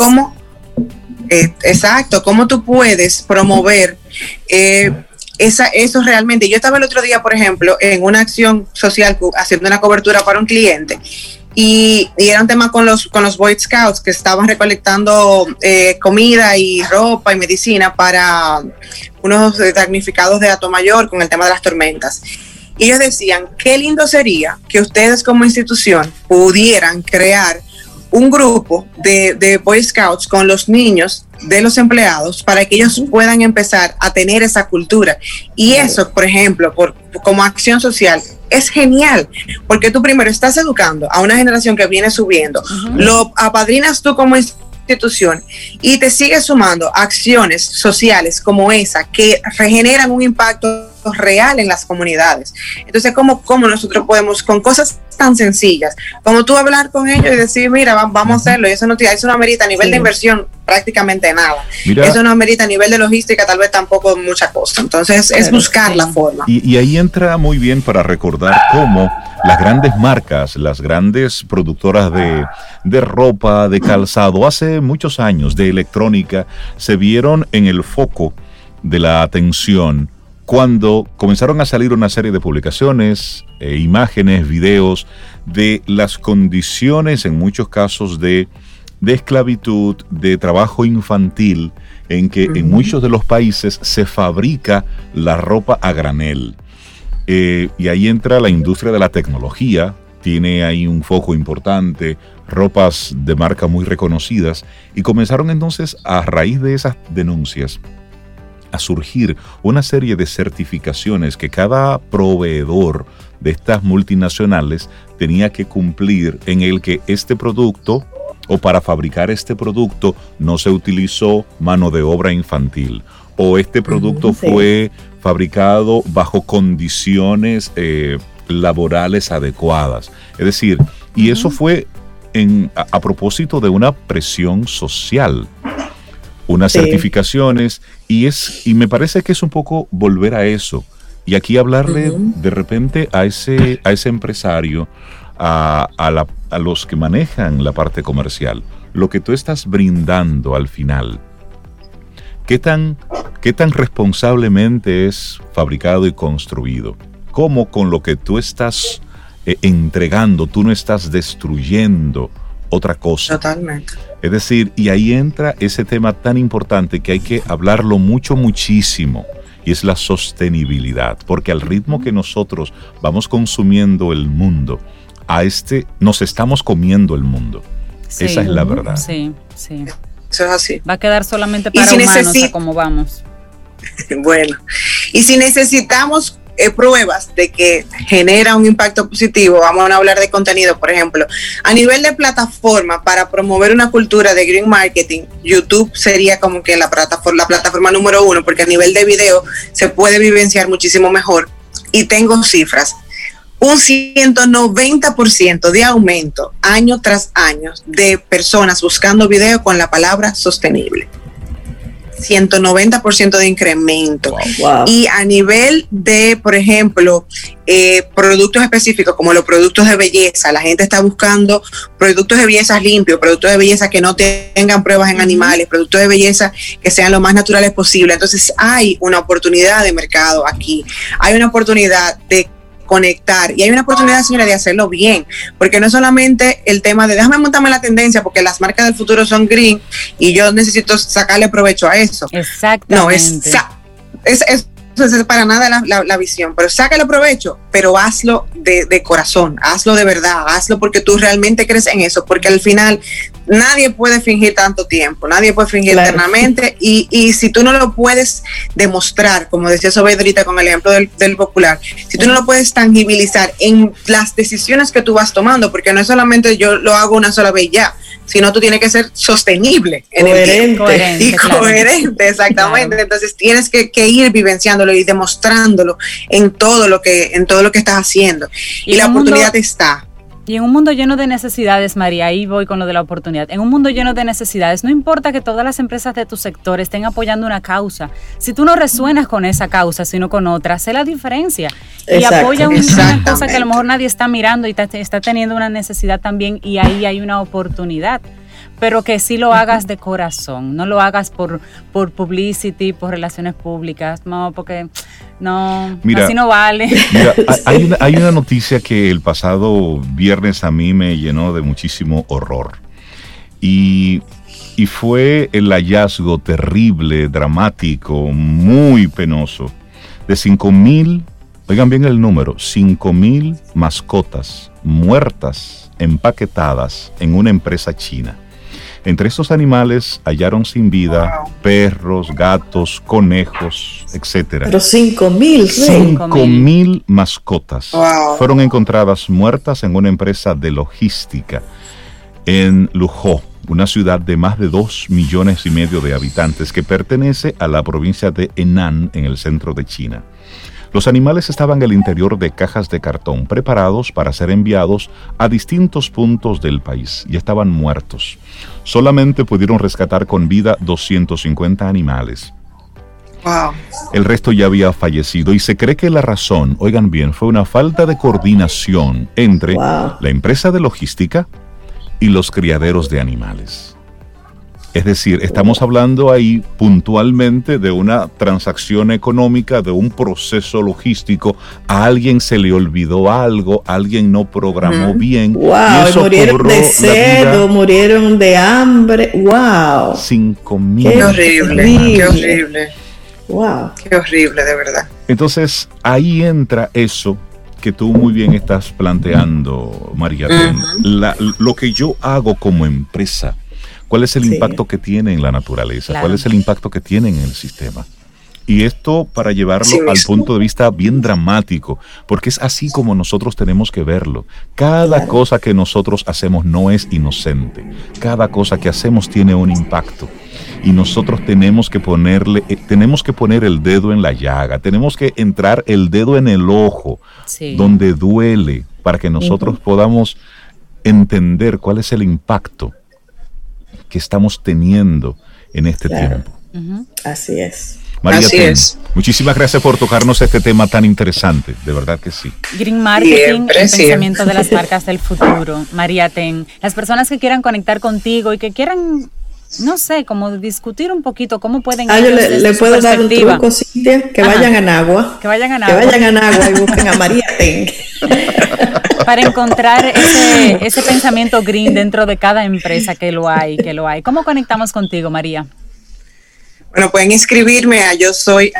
Exacto, cómo tú puedes promover eso realmente. Yo estaba el otro día, por ejemplo, en una acción social haciendo una cobertura para un cliente y era un tema con los Boy Scouts que estaban recolectando comida y ropa y medicina para unos damnificados de Atomayor con el tema de las tormentas. Y ellos decían, qué lindo sería que ustedes como institución pudieran crear un grupo de Boy Scouts con los niños de los empleados para que ellos puedan empezar a tener esa cultura. Y eso, por ejemplo, como acción social, es genial, porque tú primero estás educando a una generación que viene subiendo, lo apadrinas tú como institución y te sigues sumando acciones sociales como esa que regeneran un impacto real en las comunidades. Entonces, ¿cómo nosotros podemos, con cosas tan sencillas, como tú hablar con ellos y decir, mira, vamos a hacerlo, y eso no te da, eso no amerita a nivel de inversión prácticamente nada. Mira, eso no amerita a nivel de logística tal vez tampoco mucha cosa. Entonces es buscar la forma. Y ahí entra muy bien para recordar cómo las grandes marcas, las grandes productoras de ropa, de calzado, hace muchos años, de electrónica, se vieron en el foco de la atención cuando comenzaron a salir una serie de publicaciones, imágenes, videos de las condiciones, en muchos casos, de esclavitud, de trabajo infantil, en que en muchos de los países se fabrica la ropa a granel. Y ahí entra la industria de la tecnología, tiene ahí un foco importante, ropas de marca muy reconocidas, y comenzaron entonces, a raíz de esas denuncias, a surgir una serie de certificaciones que cada proveedor de estas multinacionales tenía que cumplir, en el que este producto, o para fabricar este producto, no se utilizó mano de obra infantil, o este producto fue fabricado bajo condiciones laborales adecuadas. Es decir, y eso fue a propósito de una presión social, unas certificaciones, y me parece que es un poco volver a eso, y aquí hablarle de repente a ese empresario, a los que manejan la parte comercial, lo que tú estás brindando al final, ¿qué tan responsablemente es fabricado y construido? ¿Cómo con lo que tú estás entregando, tú no estás destruyendo otra cosa? Totalmente. Es decir, y ahí entra ese tema tan importante que hay que hablarlo muchísimo, y es la sostenibilidad, porque al ritmo que nosotros vamos consumiendo el mundo, nos estamos comiendo el mundo. Sí, esa es la verdad. Sí. Eso es así. Va a quedar solamente para humanos a cómo vamos. Bueno, y si necesitamos pruebas de que genera un impacto positivo, vamos a hablar de contenido, por ejemplo, a nivel de plataforma para promover una cultura de green marketing, YouTube sería como que la plataforma número 1, porque a nivel de video se puede vivenciar muchísimo mejor, y tengo cifras. Un 190% de aumento año tras año de personas buscando video con la palabra sostenible. 190% de incremento. Wow. Y a nivel de, por ejemplo, productos específicos como los productos de belleza, la gente está buscando productos de belleza limpios, productos de belleza que no tengan pruebas en animales, productos de belleza que sean lo más naturales posible. Entonces hay una oportunidad de mercado aquí, hay una oportunidad de conectar, y hay una oportunidad, señora, de hacerlo bien, porque no es solamente el tema de déjame montarme la tendencia porque las marcas del futuro son green y yo necesito sacarle provecho a eso. Exactamente. No, es para nada la visión, pero sácale provecho, pero hazlo de corazón, hazlo de verdad, hazlo porque tú realmente crees en eso, porque al final nadie puede fingir tanto tiempo, nadie puede fingir eternamente, y si tú no lo puedes demostrar, como decía Sobeidrita con el ejemplo del popular, si tú no lo puedes tangibilizar en las decisiones que tú vas tomando, porque no es solamente yo lo hago una sola vez ya, sino tú tienes que ser sostenible en el tiempo y coherente, exactamente. Claro. Entonces tienes que ir vivenciándolo y demostrándolo en todo lo que estás haciendo, y la oportunidad está. Y en un mundo lleno de necesidades, María, ahí voy con lo de la oportunidad. En un mundo lleno de necesidades, no importa que todas las empresas de tu sector estén apoyando una causa. Si tú no resuenas con esa causa, sino con otra, sé la diferencia. Y apoya una cosa que a lo mejor nadie está mirando y está teniendo una necesidad también, y ahí hay una oportunidad. Pero que sí lo hagas de corazón, no lo hagas por publicity, por relaciones públicas, no, porque no, mira, así no vale. Mira, hay una noticia que el pasado viernes a mí me llenó de muchísimo horror, y fue el hallazgo terrible, dramático, muy penoso, de 5,000, oigan bien el número, 5,000 mascotas muertas, empaquetadas en una empresa china. Entre estos animales hallaron sin vida perros, gatos, conejos, etcétera. Pero 5,000, 5,000 mascotas fueron encontradas muertas en una empresa de logística en Luzhou, una ciudad de más de 2,5 millones de habitantes que pertenece a la provincia de Henan, en el centro de China. Los animales estaban en el interior de cajas de cartón preparados para ser enviados a distintos puntos del país y estaban muertos. Solamente pudieron rescatar con vida 250 animales. Wow. El resto ya había fallecido y se cree que la razón, oigan bien, fue una falta de coordinación entre la empresa de logística y los criaderos de animales. Es decir, estamos hablando ahí puntualmente de una transacción económica, de un proceso logístico. A alguien se le olvidó algo, alguien no programó bien. Wow, y eso murieron de sed, murieron de hambre. Wow. 5,000. Qué horrible, qué horrible. Wow. Qué horrible, de verdad. Entonces, ahí entra eso que tú muy bien estás planteando, María. Lo que yo hago como empresa, ¿cuál es el impacto que tiene en la naturaleza? Claro. ¿Cuál es el impacto que tiene en el sistema? Y esto para llevarlo al punto de vista bien dramático, porque es así como nosotros tenemos que verlo. Cada cosa que nosotros hacemos no es inocente. Cada cosa que hacemos tiene un impacto. Y nosotros tenemos que poner el dedo en la llaga, tenemos que entrar el dedo en el ojo, donde duele, para que nosotros podamos entender cuál es el impacto que estamos teniendo en este tiempo. Así es. María Ten, muchísimas gracias por tocarnos este tema tan interesante, de verdad que sí. Green Marketing, el pensamiento de las marcas del futuro. María Ten, las personas que quieran conectar contigo y que quieran, no sé, como discutir un poquito cómo pueden... yo le puedo dar un truco, Cintia, que vayan a Nagua. Que vayan a Nagua y busquen a María Ten. Para encontrar ese pensamiento green dentro de cada empresa que lo hay. ¿Cómo conectamos contigo, María? Bueno, pueden escribirme a yo soy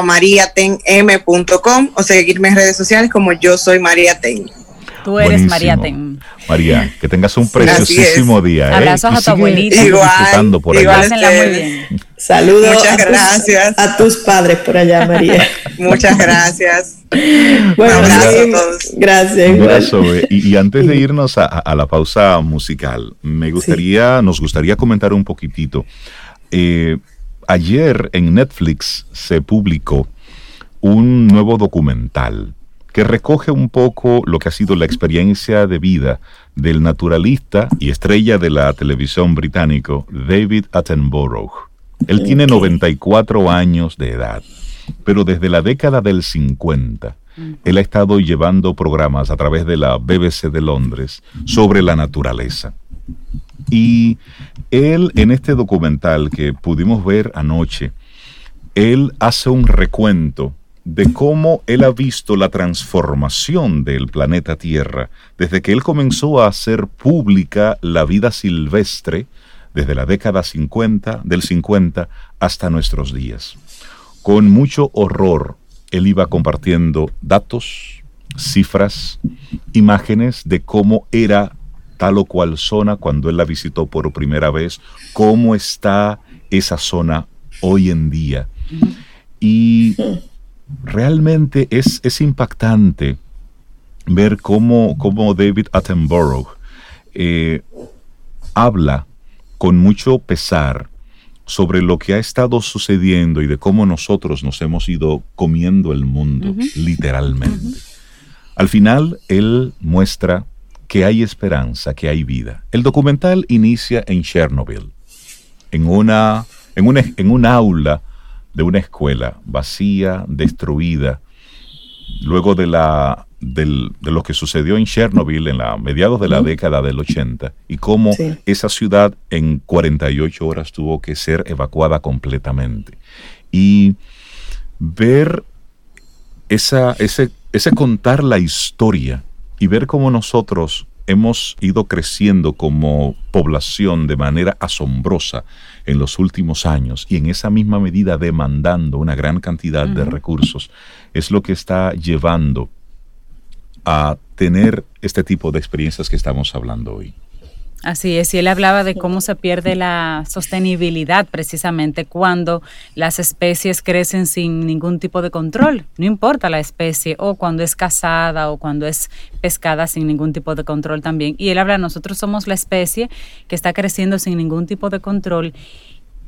@mariatenm.com o seguirme en redes sociales como yo soy María Ten. Tú eres María Ten. María, que tengas un preciosísimo día. Abrazos a tu abuelita. Disfrutando por allá. Pásenla muy bien. Saludos. Muchas gracias. A tus padres por allá, María. Muchas gracias. Bueno, un abrazo a todos. Gracias. Un abrazo. Y antes de irnos a la pausa musical, nos gustaría comentar un poquitito. Ayer en Netflix se publicó un nuevo documental que recoge un poco lo que ha sido la experiencia de vida del naturalista y estrella de la televisión británico David Attenborough. Él tiene 94 años de edad, pero desde la década del 50, él ha estado llevando programas a través de la BBC de Londres sobre la naturaleza. Y él, en este documental que pudimos ver anoche, él hace un recuento de cómo él ha visto la transformación del planeta Tierra desde que él comenzó a hacer pública la vida silvestre desde la década del 50 hasta nuestros días. Con mucho horror, él iba compartiendo datos, cifras, imágenes de cómo era tal o cual zona cuando él la visitó por primera vez, cómo está esa zona hoy en día. Y realmente es impactante ver cómo David Attenborough habla con mucho pesar sobre lo que ha estado sucediendo y de cómo nosotros nos hemos ido comiendo el mundo, literalmente. Al final, él muestra que hay esperanza, que hay vida. El documental inicia en Chernobyl, en un aula de una escuela vacía, destruida, luego de lo que sucedió en Chernobyl en mediados de la década del 80, y cómo esa ciudad en 48 horas tuvo que ser evacuada completamente. Y ver ese contar la historia y ver cómo nosotros hemos ido creciendo como población de manera asombrosa en los últimos años y en esa misma medida demandando una gran cantidad de recursos, es lo que está llevando a tener este tipo de experiencias que estamos hablando hoy. Así es, y él hablaba de cómo se pierde la sostenibilidad precisamente cuando las especies crecen sin ningún tipo de control, no importa la especie, o cuando es cazada o cuando es pescada sin ningún tipo de control también. Y él habla, nosotros somos la especie que está creciendo sin ningún tipo de control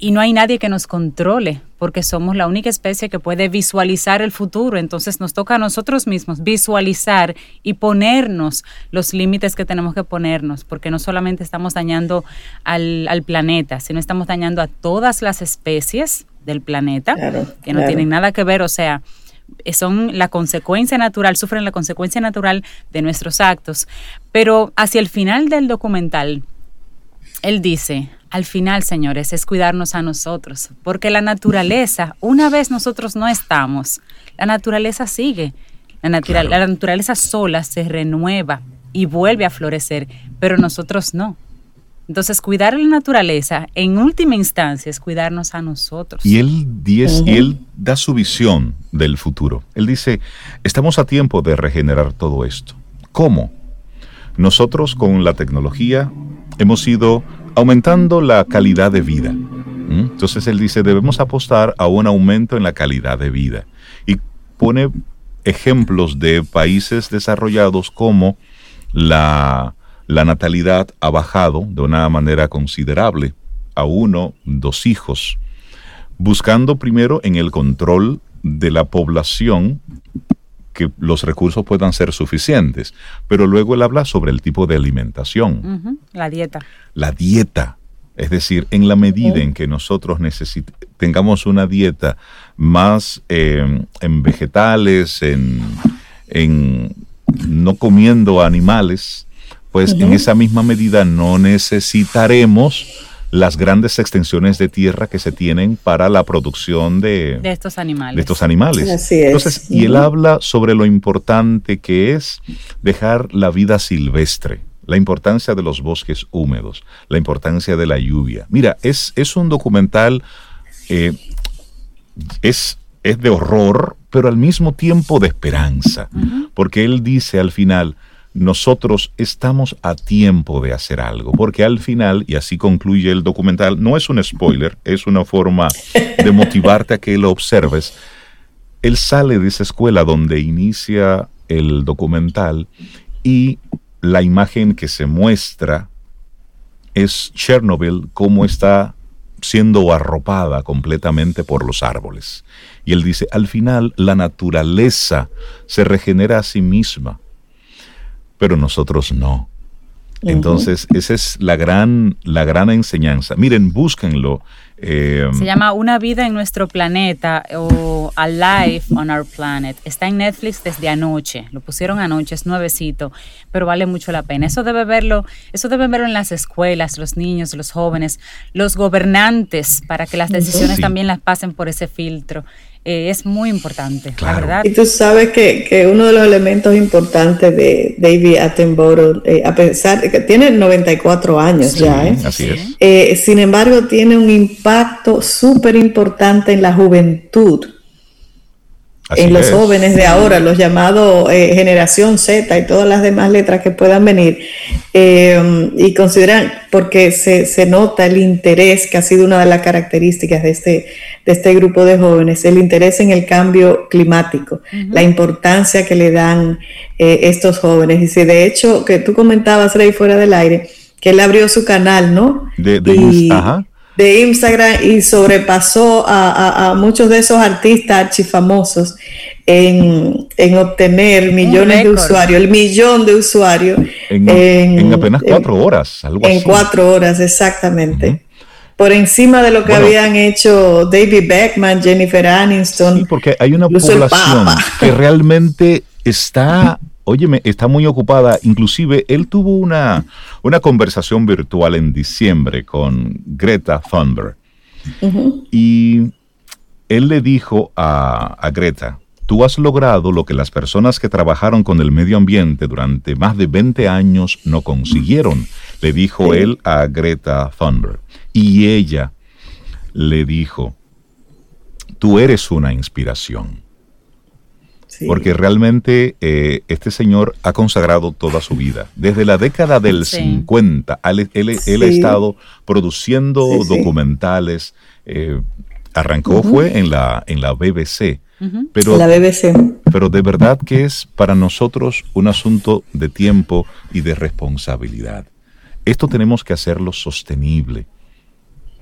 y no hay nadie que nos controle, porque somos la única especie que puede visualizar el futuro. Entonces nos toca a nosotros mismos visualizar y ponernos los límites que tenemos que ponernos, porque no solamente estamos dañando al planeta, sino estamos dañando a todas las especies del planeta, que no tienen nada que ver, o sea, son la consecuencia natural, sufren la consecuencia natural de nuestros actos. Pero hacia el final del documental, él dice, al final, señores, es cuidarnos a nosotros, porque la naturaleza, una vez nosotros no estamos, la naturaleza sigue, la naturaleza sola se renueva y vuelve a florecer, pero nosotros no. Entonces, cuidar a la naturaleza, en última instancia, es cuidarnos a nosotros. Y él da su visión del futuro. Él dice, estamos a tiempo de regenerar todo esto. ¿Cómo? Nosotros con la tecnología hemos ido aumentando la calidad de vida. Entonces él dice, debemos apostar a un aumento en la calidad de vida. Y pone ejemplos de países desarrollados como la natalidad ha bajado de una manera considerable a 1, 2 hijos, buscando primero en el control de la población que los recursos puedan ser suficientes, pero luego él habla sobre el tipo de alimentación. La dieta. La dieta, es decir, en la medida en que nosotros tengamos una dieta más en vegetales, en no comiendo animales, pues en esa misma medida no necesitaremos las grandes extensiones de tierra que se tienen para la producción de estos animales. Así es. Entonces, y él habla sobre lo importante que es dejar la vida silvestre, la importancia de los bosques húmedos, la importancia de la lluvia. Mira, es un documental, es de horror, pero al mismo tiempo de esperanza, porque él dice al final, nosotros estamos a tiempo de hacer algo, porque al final, y así concluye el documental, no es un spoiler, es una forma de motivarte a que lo observes. Él sale de esa escuela donde inicia el documental y la imagen que se muestra es Chernobyl, cómo está siendo arropada completamente por los árboles. Y él dice, al final la naturaleza se regenera a sí misma, pero nosotros no. Entonces, esa es la gran enseñanza. Miren, búsquenlo. Se llama Una vida en nuestro planeta o A Life on Our Planet. Está en Netflix desde anoche. Lo pusieron anoche, es nuevecito, pero vale mucho la pena. Eso deben verlo en las escuelas, los niños, los jóvenes, los gobernantes, para que las decisiones también las pasen por ese filtro. Es muy importante, la verdad. Y tú sabes que uno de los elementos importantes de David Attenborough, a pesar de que tiene 94 años ya, así es. Sin embargo, tiene un impacto súper importante en la juventud, los jóvenes de ahora, los llamados generación Z y todas las demás letras que puedan venir, y consideran, porque se nota el interés, que ha sido una de las características de este grupo de jóvenes, el interés en el cambio climático, la importancia que le dan estos jóvenes. Y si de hecho, que tú comentabas, Rey, fuera del aire, que él abrió su canal, ¿no? De Instagram, y sobrepasó a muchos de esos artistas archifamosos en obtener millones de usuarios, el 1.000.000 de usuarios en apenas 4 horas, algo así. En 4 horas, exactamente. Por encima de lo que habían hecho David Beckham, Jennifer Aniston. Sí, porque hay una población que realmente está muy ocupada. Inclusive él tuvo una conversación virtual en diciembre con Greta Thunberg. Y él le dijo a Greta, tú has logrado lo que las personas que trabajaron con el medio ambiente durante más de 20 años no consiguieron, le dijo él a Greta Thunberg. Y ella le dijo, tú eres una inspiración. Sí. Porque realmente este señor ha consagrado toda su vida. Desde la década del 50, él ha estado produciendo documentales. Arrancó fue en la BBC. Pero, la BBC. Pero de verdad que es para nosotros un asunto de tiempo y de responsabilidad. Esto tenemos que hacerlo sostenible.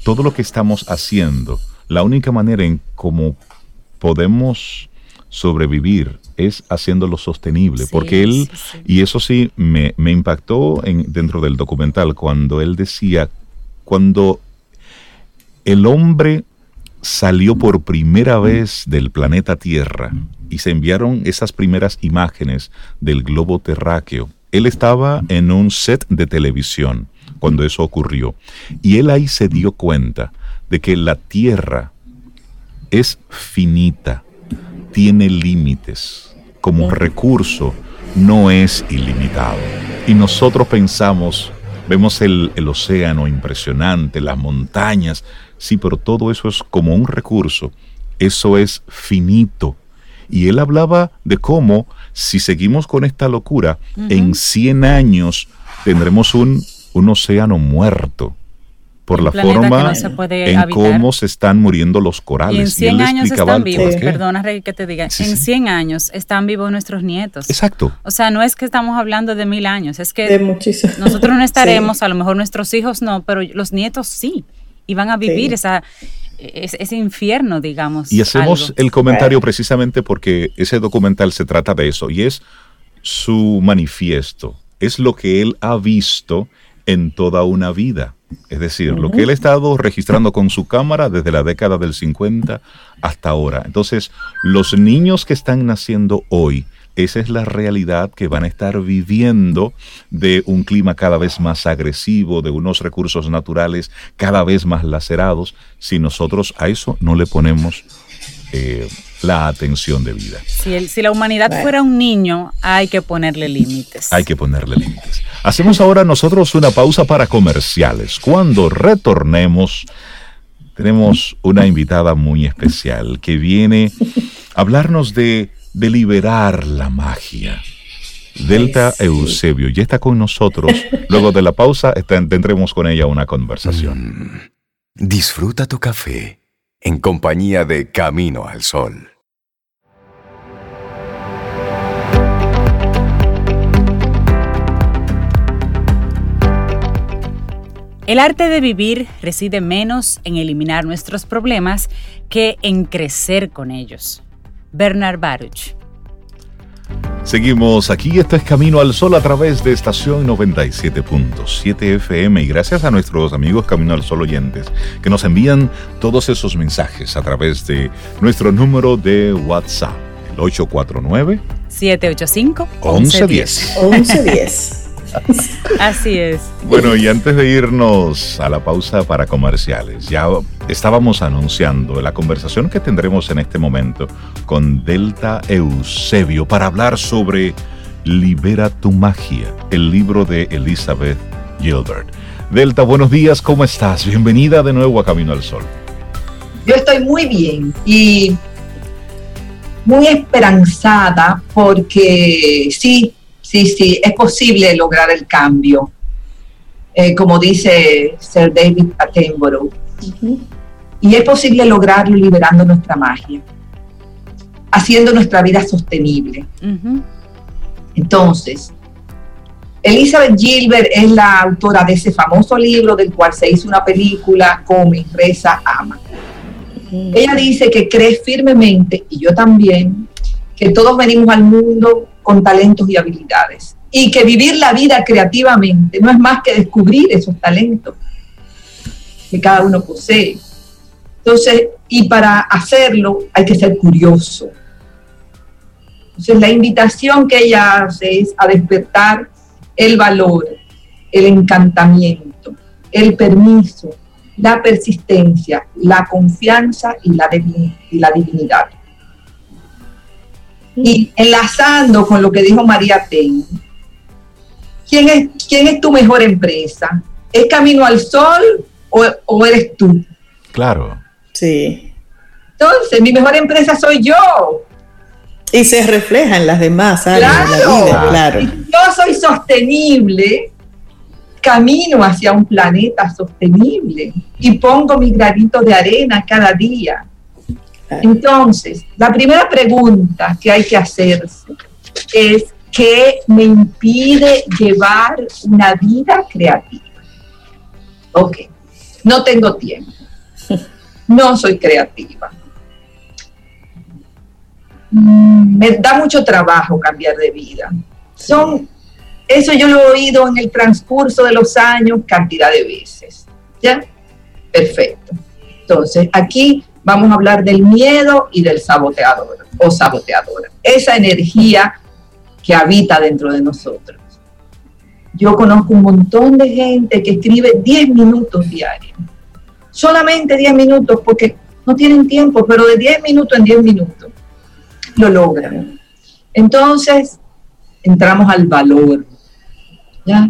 todo lo que estamos haciendo, la única manera en cómo podemos sobrevivir es haciéndolo sostenible, sí, porque él, sí. Y eso sí me impactó dentro del documental, cuando él decía, cuando el hombre salió por primera vez del planeta Tierra y se enviaron esas primeras imágenes del globo terráqueo, él estaba en un set de televisión cuando eso ocurrió, y él ahí se dio cuenta de que la Tierra es finita, tiene límites, como recurso no es ilimitado. Y nosotros pensamos, vemos el océano impresionante, las montañas, sí, pero todo eso es como un recurso, eso es finito. Y él hablaba de cómo, si seguimos con esta locura, en 100 años tendremos un océano muerto, por la forma no se puede en habitar. Cómo se están muriendo los corales. Y en 100 años están vivos, sí. Perdona, Rey, que te diga, sí, en 100 años están vivos nuestros nietos. Exacto. O sea, no es que estamos hablando de 1000 años, es que de muchísimo. Nosotros no estaremos, sí. A lo mejor nuestros hijos no, pero los nietos sí, y van a vivir sí. ese infierno, digamos. Y hacemos el comentario precisamente porque ese documental se trata de eso, y es su manifiesto, es lo que él ha visto en toda una vida. Es decir, lo que él ha estado registrando con su cámara desde la década del 50 hasta ahora. Entonces, los niños que están naciendo hoy, esa es la realidad que van a estar viviendo, de un clima cada vez más agresivo, de unos recursos naturales cada vez más lacerados, si nosotros a eso no le ponemos la atención debida. Si la humanidad fuera un niño, hay que ponerle límites. Hay que ponerle límites. Hacemos ahora nosotros una pausa para comerciales. Cuando retornemos, tenemos una invitada muy especial que viene a hablarnos de liberar la magia. Delta Eusebio ya está con nosotros. Luego de la pausa tendremos con ella una conversación. Disfruta tu café en compañía de Camino al Sol. El arte de vivir reside menos en eliminar nuestros problemas que en crecer con ellos. Bernard Baruch. Seguimos aquí, esto es Camino al Sol a través de estación 97.7 FM, y gracias a nuestros amigos Camino al Sol oyentes que nos envían todos esos mensajes a través de nuestro número de WhatsApp, el 849-785-1110. 1110. Así es. Bueno, y antes de irnos a la pausa para comerciales, ya estábamos anunciando la conversación que tendremos en este momento con Delta Eusebio para hablar sobre Libera tu magia, el libro de Elizabeth Gilbert. Delta, buenos días, ¿cómo estás? Bienvenida de nuevo a Camino al Sol. Yo estoy muy bien y muy esperanzada porque sí, es posible lograr el cambio, como dice Sir David Attenborough. Y es posible lograrlo liberando nuestra magia, haciendo nuestra vida sostenible. Entonces, Elizabeth Gilbert es la autora de ese famoso libro del cual se hizo una película, Come, Reza, Ama. Ella dice que cree firmemente, y yo también, que todos venimos al mundo con talentos y habilidades, y que vivir la vida creativamente no es más que descubrir esos talentos que cada uno posee. Entonces, y para hacerlo hay que ser curioso. Entonces, la invitación que ella hace es a despertar el valor, el encantamiento, el permiso, la persistencia, la confianza y la divinidad. Y enlazando con lo que dijo María Ten, ¿quién es tu mejor empresa? ¿Es Camino al Sol o eres tú? Claro. Sí. Entonces, mi mejor empresa soy yo. Y se refleja en las demás áreas de la vida, claro. Y yo soy sostenible, camino hacia un planeta sostenible y pongo mi granito de arena cada día. Entonces, la primera pregunta que hay que hacerse es: ¿qué me impide llevar una vida creativa? Ok, no tengo tiempo. no soy creativa. Me da mucho trabajo cambiar de vida. Eso yo lo he oído en el transcurso de los años cantidad de veces. ¿Ya? Perfecto. Entonces, aquí vamos a hablar del miedo y del saboteador o saboteadora. Esa energía que habita dentro de nosotros. Yo conozco un montón de gente que escribe 10 minutos diarios. Solamente 10 minutos porque no tienen tiempo, pero de 10 minutos en 10 minutos lo logran. Entonces, entramos al valor. ¿Ya?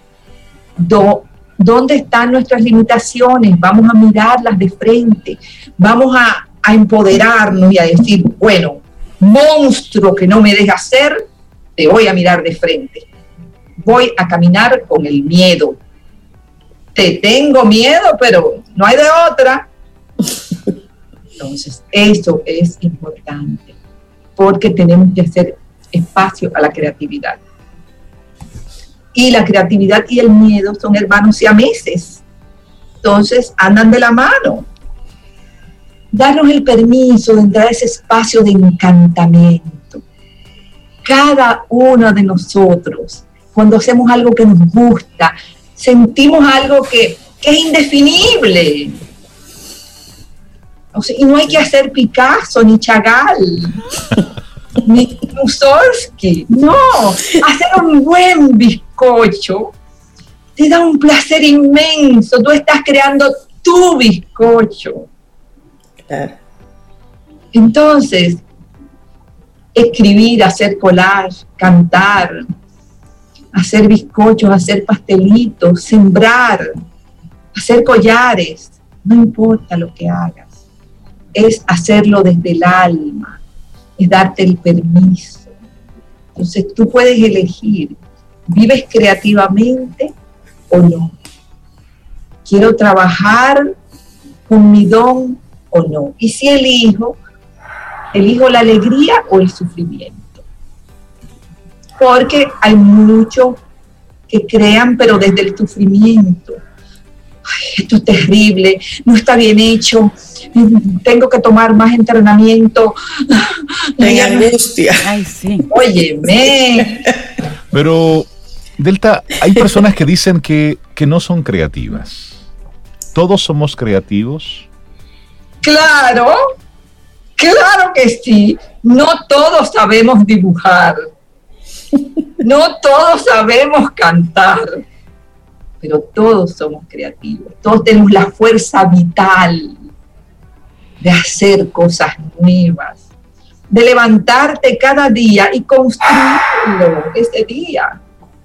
¿Dónde están nuestras limitaciones? Vamos a mirarlas de frente. Vamos a empoderarnos y a decir, bueno, monstruo que no me deja ser, te voy a mirar de frente. Voy a caminar con el miedo. Te tengo miedo, pero no hay de otra. Entonces, eso es importante, porque tenemos que hacer espacio a la creatividad. Y la creatividad y el miedo son hermanos siameses. Entonces, andan de la mano. Darnos el permiso de entrar a ese espacio de encantamiento. Cada uno de nosotros, cuando hacemos algo que nos gusta, sentimos algo que es indefinible. O sea, y no hay que hacer Picasso, ni Chagall, ni Mussorgsky. No, hacer un buen bizcocho te da un placer inmenso. Tú estás creando tu bizcocho. Claro. Entonces, escribir, hacer collage, cantar, hacer bizcochos, hacer pastelitos, sembrar, hacer collares, no importa lo que hagas, es hacerlo desde el alma, es darte el permiso. Entonces tú puedes elegir, ¿vives creativamente o no? ¿Quiero trabajar con mi don o no? Y si elijo la alegría o el sufrimiento. Porque hay muchos que crean, pero desde el sufrimiento. Ay, esto es terrible, no está bien hecho, tengo que tomar más entrenamiento. En angustia. Ay, sí. Óyeme. Pero, Delta, hay personas que dicen que no son creativas. ¿Todos somos creativos? Claro que sí. No todos sabemos dibujar. No todos sabemos cantar, pero todos somos creativos. Todos tenemos la fuerza vital de hacer cosas nuevas, de levantarte cada día y construirlo ese día.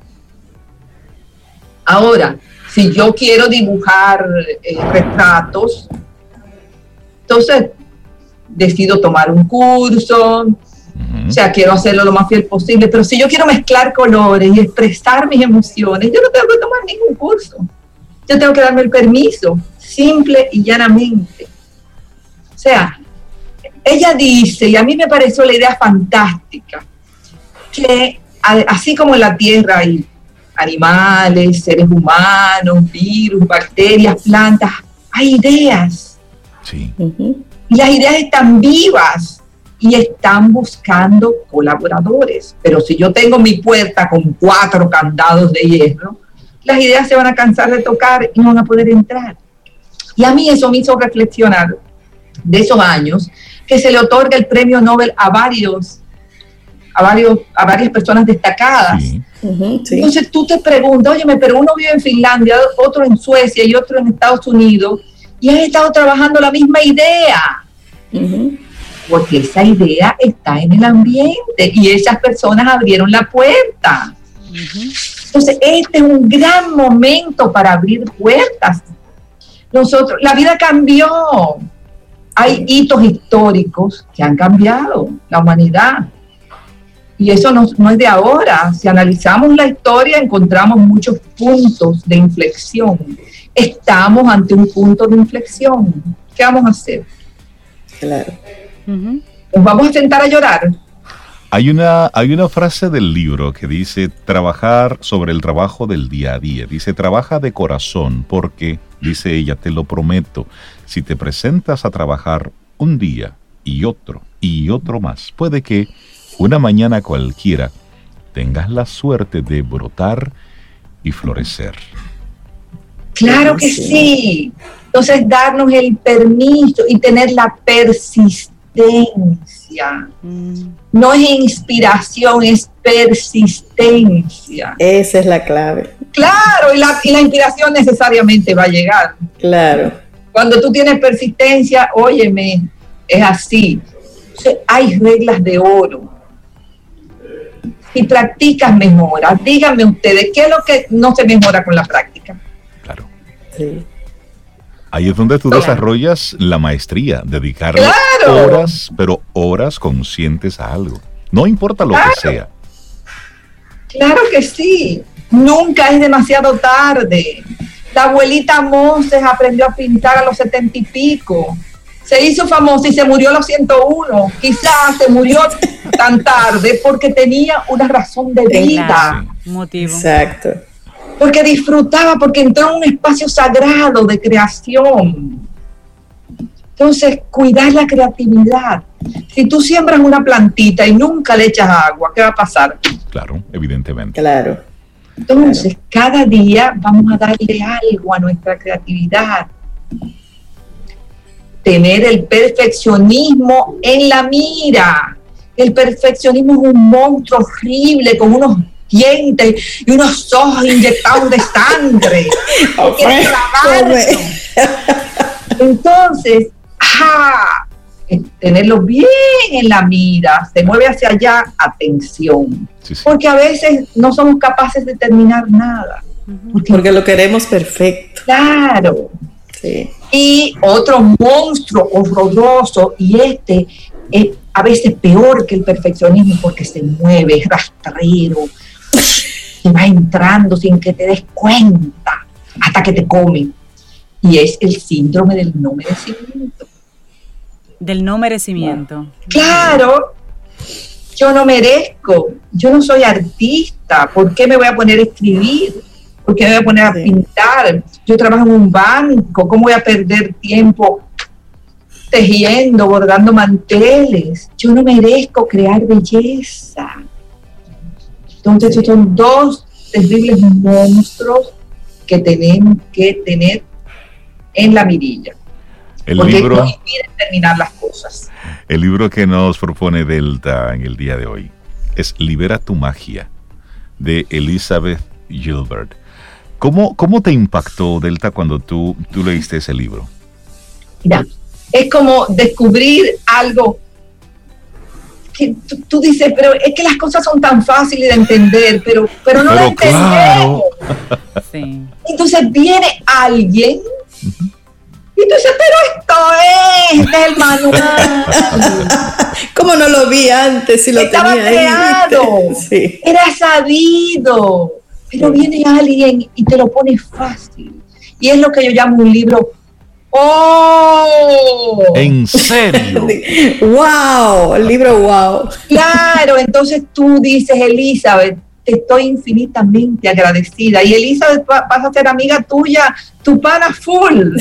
Ahora, si yo quiero dibujar retratos, entonces decido tomar un curso. O sea, quiero hacerlo lo más fiel posible, pero si yo quiero mezclar colores y expresar mis emociones, yo no tengo que tomar ningún curso. Yo tengo que darme el permiso, simple y llanamente. O sea, ella dice, y a mí me pareció la idea fantástica, que así como en la Tierra hay animales, seres humanos, virus, bacterias, plantas, hay ideas. Sí. Y las ideas están vivas y están buscando colaboradores. Pero si yo tengo mi puerta con 4 candados de hierro, las ideas se van a cansar de tocar y no van a poder entrar. Y a mí eso me hizo reflexionar de esos años que se le otorga el premio Nobel a varias personas destacadas. Sí. Sí. Entonces tú te preguntas, óyeme, pero uno vive en Finlandia, otro en Suecia y otro en Estados Unidos, y han estado trabajando la misma idea. Porque esa idea está en el ambiente y esas personas abrieron la puerta. Entonces, este es un gran momento para abrir puertas. La vida cambió. Hay hitos históricos que han cambiado la humanidad. Y eso no es de ahora. Si analizamos la historia, encontramos muchos puntos de inflexión. Estamos ante un punto de inflexión. ¿Qué vamos a hacer? Claro. ¿Nos vamos a sentar a llorar? Hay una frase del libro que dice trabajar sobre el trabajo del día a día. Dice, trabaja de corazón porque, dice ella, te lo prometo, si te presentas a trabajar un día y otro más, puede que una mañana cualquiera tengas la suerte de brotar y florecer. Claro que sí. Entonces, darnos el permiso y tener la persistencia. No es inspiración, es persistencia. Esa es la clave. Claro, y la inspiración necesariamente va a llegar. Claro. Cuando tú tienes persistencia, óyeme, es así. Entonces, hay reglas de oro. Si practicas, mejoras. Díganme ustedes, ¿qué es lo que no se mejora con la práctica? Claro. Sí. Ahí es donde tú desarrollas la maestría, dedicarle horas, pero horas conscientes a algo. No importa lo que sea. Claro que sí. Nunca es demasiado tarde. La abuelita Monses aprendió a pintar a los 70 y pico. Se hizo famosa y se murió a los 101. Quizás se murió tan tarde porque tenía una razón de vida. Sí. Motivo. Exacto. Porque disfrutaba, porque entró en un espacio sagrado de creación. Entonces, cuidar la creatividad. Si tú siembras una plantita y nunca le echas agua, ¿qué va a pasar? Claro, evidentemente. Claro. Entonces, cada día vamos a darle algo a nuestra creatividad. Tener el perfeccionismo en la mira. El perfeccionismo es un monstruo horrible con unos dientes y unos ojos inyectados de sangre. Entonces, tenerlo bien en la mira, se mueve hacia allá, atención. Sí. Porque a veces no somos capaces de terminar nada. Porque lo queremos perfecto. Claro. Sí. Y otro monstruo horroroso, y este es a veces peor que el perfeccionismo porque se mueve, es rastrero, se va entrando sin que te des cuenta hasta que te come. Y es el síndrome del no merecimiento. Del no merecimiento. Claro, yo no merezco, yo no soy artista, ¿por qué me voy a poner a escribir? ¿Por qué me voy a poner a pintar? Yo trabajo en un banco, ¿cómo voy a perder tiempo tejiendo, bordando manteles? Yo no merezco crear belleza. Entonces, estos son dos terribles monstruos que tenemos que tener en la mirilla. Porque libro nos impiden terminar las cosas. El libro que nos propone Delta en el día de hoy es Libera tu magia, de Elizabeth Gilbert. ¿Cómo te impactó, Delta, cuando tú leíste ese libro? Mira, es como descubrir algo que tú dices, pero es que las cosas son tan fáciles de entender, pero no lo entendemos. Claro. Sí. Entonces viene alguien y tú dices, pero esto es el manual. ¿Cómo no lo vi antes si lo estaba tenía creado? Sí. Era sabido. Pero viene alguien y te lo pone fácil. Y es lo que yo llamo un libro. ¡Oh! ¿En serio? ¡Wow! El libro wow. Claro, entonces tú dices, Elizabeth, te estoy infinitamente agradecida. Y Elizabeth, vas a ser amiga tuya, tu pana full.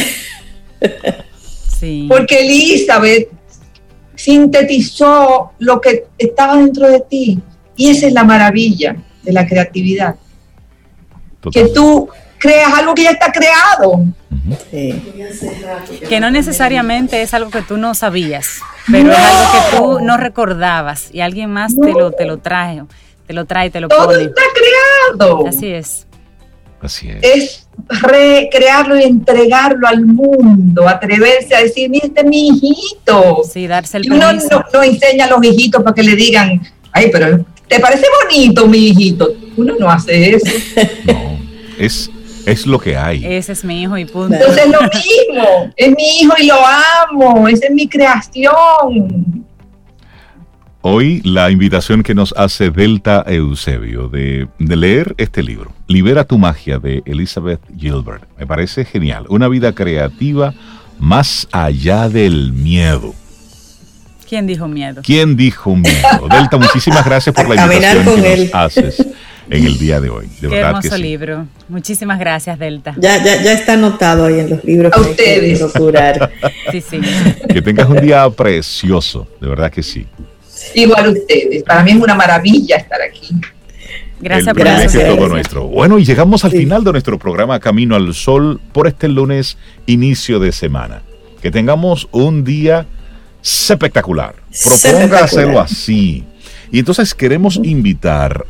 Sí. Porque Elizabeth sintetizó lo que estaba dentro de ti. Y esa es la maravilla de la creatividad. Total. Que tú creas algo que ya está creado. Sí. Que no necesariamente es algo que tú no sabías, pero es algo que tú no recordabas y alguien más te lo trae, te lo todo pone. Todo está creado. Así es. Así es. Es recrearlo y entregarlo al mundo, atreverse a decir, mira, este es mi hijito. Sí, darse el permiso. permiso. Uno no enseña a los hijitos para que le digan, ay, pero ¿te parece bonito mi hijito? Uno no hace eso. No, es lo que hay. Ese es mi hijo y punto. Entonces es lo mismo, es mi hijo y lo amo, esa es mi creación. Hoy la invitación que nos hace Delta Eusebio de leer este libro, Libera tu magia, de Elizabeth Gilbert. Me parece genial. Una vida creativa más allá del miedo. ¿Quién dijo miedo? ¿Quién dijo miedo? Delta, muchísimas gracias por la invitación que nos haces en el día de hoy. De Qué verdad hermoso que sí. libro. Muchísimas gracias, Delta. Ya está anotado ahí en los libros A que hay que ustedes. procurar. Sí. Que tengas un día precioso, de verdad que sí. Igual ustedes. Para mí es una maravilla estar aquí. Gracias El por privilegio eso. es todo Gracias. nuestro. Bueno, y llegamos al final de nuestro programa Camino al Sol por este lunes, inicio de semana. Que tengamos un día espectacular. Propóngaselo así. Y entonces queremos invitar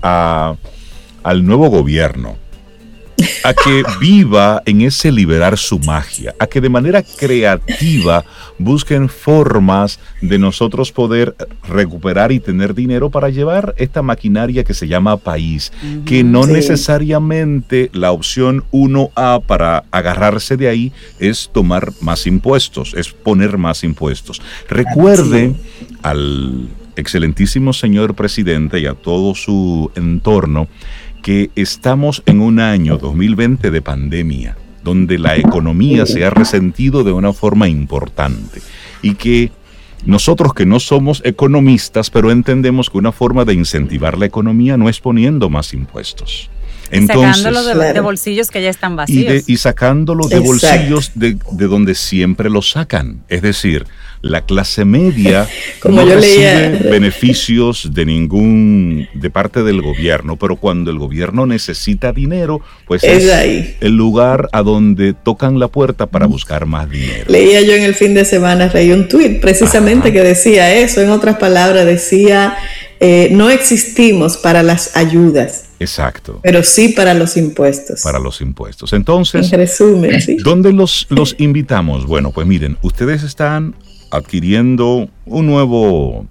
al nuevo gobierno a que viva en ese liberar su magia, a que de manera creativa busquen formas de nosotros poder recuperar y tener dinero para llevar esta maquinaria que se llama país, que no necesariamente la opción 1A para agarrarse de ahí es tomar más impuestos, es poner más impuestos. Recuerde al excelentísimo señor presidente y a todo su entorno que estamos en un año 2020 de pandemia, donde la economía se ha resentido de una forma importante y que nosotros que no somos economistas, pero entendemos que una forma de incentivar la economía no es poniendo más impuestos. Entonces, sacándolo de bolsillos que ya están vacíos. y sacándolo de bolsillos de donde siempre lo sacan. Es decir, la clase media Como no yo recibe leía beneficios de parte del gobierno, pero cuando el gobierno necesita dinero, pues es ahí el lugar a donde tocan la puerta para buscar más dinero. Leía yo en el fin de semana, Rey, un tuit precisamente que decía eso. En otras palabras, decía, no existimos para las ayudas. Exacto. Pero sí para los impuestos. Para los impuestos. Entonces, en resumen, ¿sí? ¿Dónde los invitamos? Bueno, pues miren, ustedes están adquiriendo un nuevo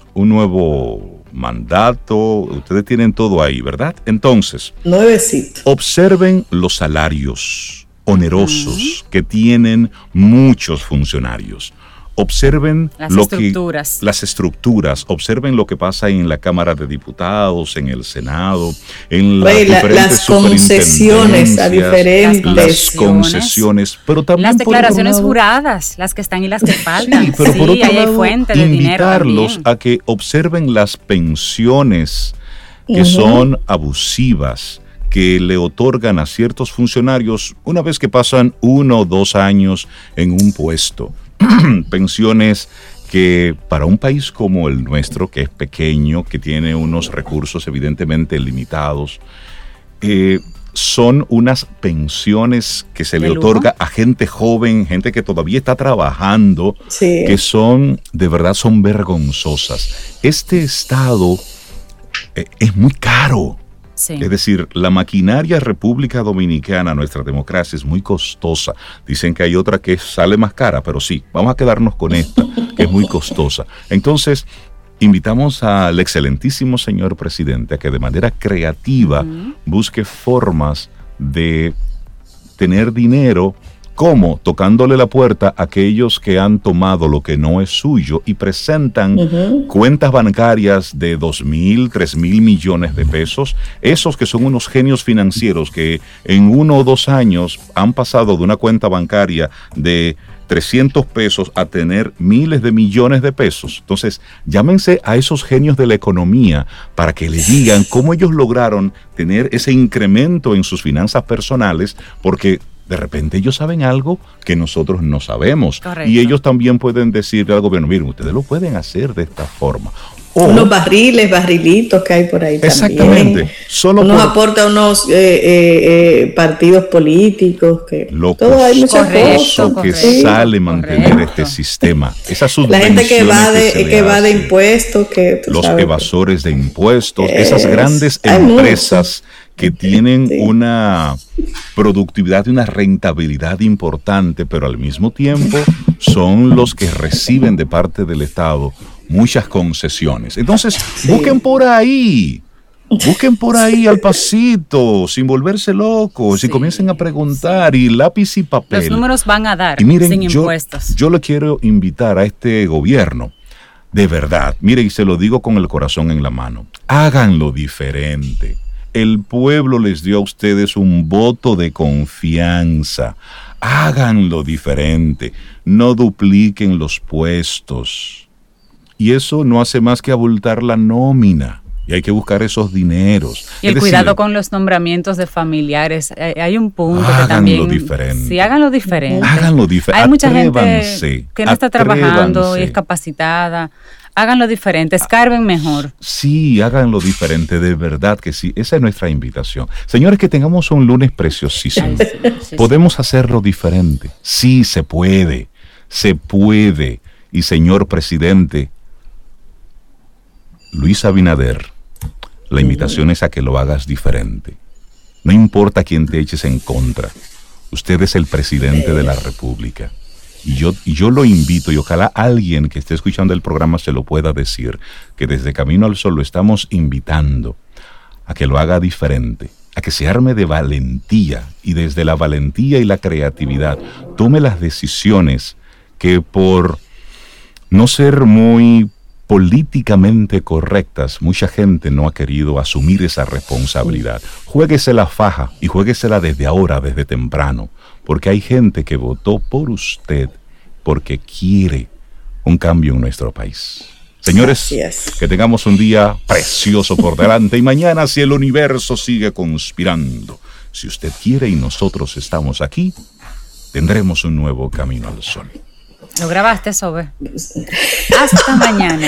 mandato, ustedes tienen todo ahí, ¿verdad? Entonces, nuevecito. Observen los salarios onerosos que tienen muchos funcionarios. Observen las estructuras, observen lo que pasa en la Cámara de Diputados, en el Senado, en las concesiones a diferentes. Las concesiones, pero también las declaraciones juradas, las que están y las que faltan. Sí, pero por otro ahí lado, hay fuente de invitarlos dinero a que observen las pensiones que son abusivas, que le otorgan a ciertos funcionarios una vez que pasan 1 o 2 años en un puesto. Pensiones que para un país como el nuestro, que es pequeño, que tiene unos recursos evidentemente limitados, son unas pensiones que se le otorga a gente joven, gente que todavía está trabajando, que son, de verdad, son vergonzosas. Este Estado es muy caro. Sí. Es decir, la maquinaria República Dominicana, nuestra democracia, es muy costosa. Dicen que hay otra que sale más cara, pero sí, vamos a quedarnos con esta, que es muy costosa. Entonces, invitamos al excelentísimo señor presidente a que de manera creativa busque formas de tener dinero, como tocándole la puerta a aquellos que han tomado lo que no es suyo y presentan cuentas bancarias de 2.000, 3.000 millones de pesos. Esos que son unos genios financieros que en 1 o 2 años han pasado de una cuenta bancaria de 300 pesos a tener miles de millones de pesos. Entonces, llámense a esos genios de la economía para que le digan cómo ellos lograron tener ese incremento en sus finanzas personales, porque de repente ellos saben algo que nosotros no sabemos. Correcto. Y ellos también pueden decirle al gobierno, miren, ustedes lo pueden hacer de esta forma. Unos barrilitos que hay por ahí exactamente. También. Nos aporta unos partidos políticos que todo hay muchas cosas que sale mantener este sistema. Esas la gente que va de impuestos, los evasores de impuestos, esas grandes empresas que tienen una productividad y una rentabilidad importante, pero al mismo tiempo son los que reciben de parte del Estado muchas concesiones. Entonces, busquen por ahí al pasito, sin volverse locos, y comiencen a preguntar, y lápiz y papel. Los números van a dar, y miren, sin impuestos. Yo le quiero invitar a este gobierno, de verdad, mire, y se lo digo con el corazón en la mano, háganlo diferente. El pueblo les dio a ustedes un voto de confianza. Háganlo diferente. No dupliquen los puestos. Y eso no hace más que abultar la nómina. Y hay que buscar esos dineros. Y el cuidado con los nombramientos de familiares. Hay un punto que también... Diferente. Sí, háganlo diferente. Háganlo diferente. Hay mucha gente que no está trabajando y es capacitada. Háganlo diferente, escarben mejor. Sí, háganlo diferente, de verdad que sí. Esa es nuestra invitación. Señores, que tengamos un lunes preciosísimo. Podemos hacerlo diferente. Sí, se puede. Se puede. Y señor presidente Luis Abinader, la invitación es a que lo hagas diferente. No importa quién te eches en contra. Usted es el presidente de la República. Y yo lo invito, y ojalá alguien que esté escuchando el programa se lo pueda decir, que desde Camino al Sol lo estamos invitando a que lo haga diferente, a que se arme de valentía, y desde la valentía y la creatividad tome las decisiones que, por no ser muy políticamente correctas, mucha gente no ha querido asumir esa responsabilidad. Juéguese la faja y juéguesela desde ahora, desde temprano, porque hay gente que votó por usted porque quiere un cambio en nuestro país. Señores, que tengamos un día precioso por delante, y mañana, si el universo sigue conspirando, si usted quiere y nosotros estamos aquí, tendremos un nuevo Camino al Sol. ¿Lo grabaste, Sobe? Hasta mañana.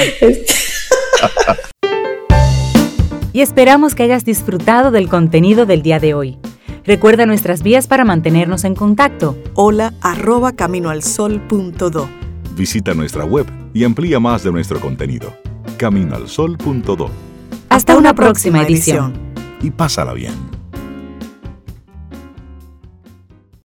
Y esperamos que hayas disfrutado del contenido del día de hoy. Recuerda nuestras vías para mantenernos en contacto. hola@caminoalsol.do. Visita nuestra web y amplía más de nuestro contenido. caminoalsol.do. Hasta una próxima edición. Y pásala bien.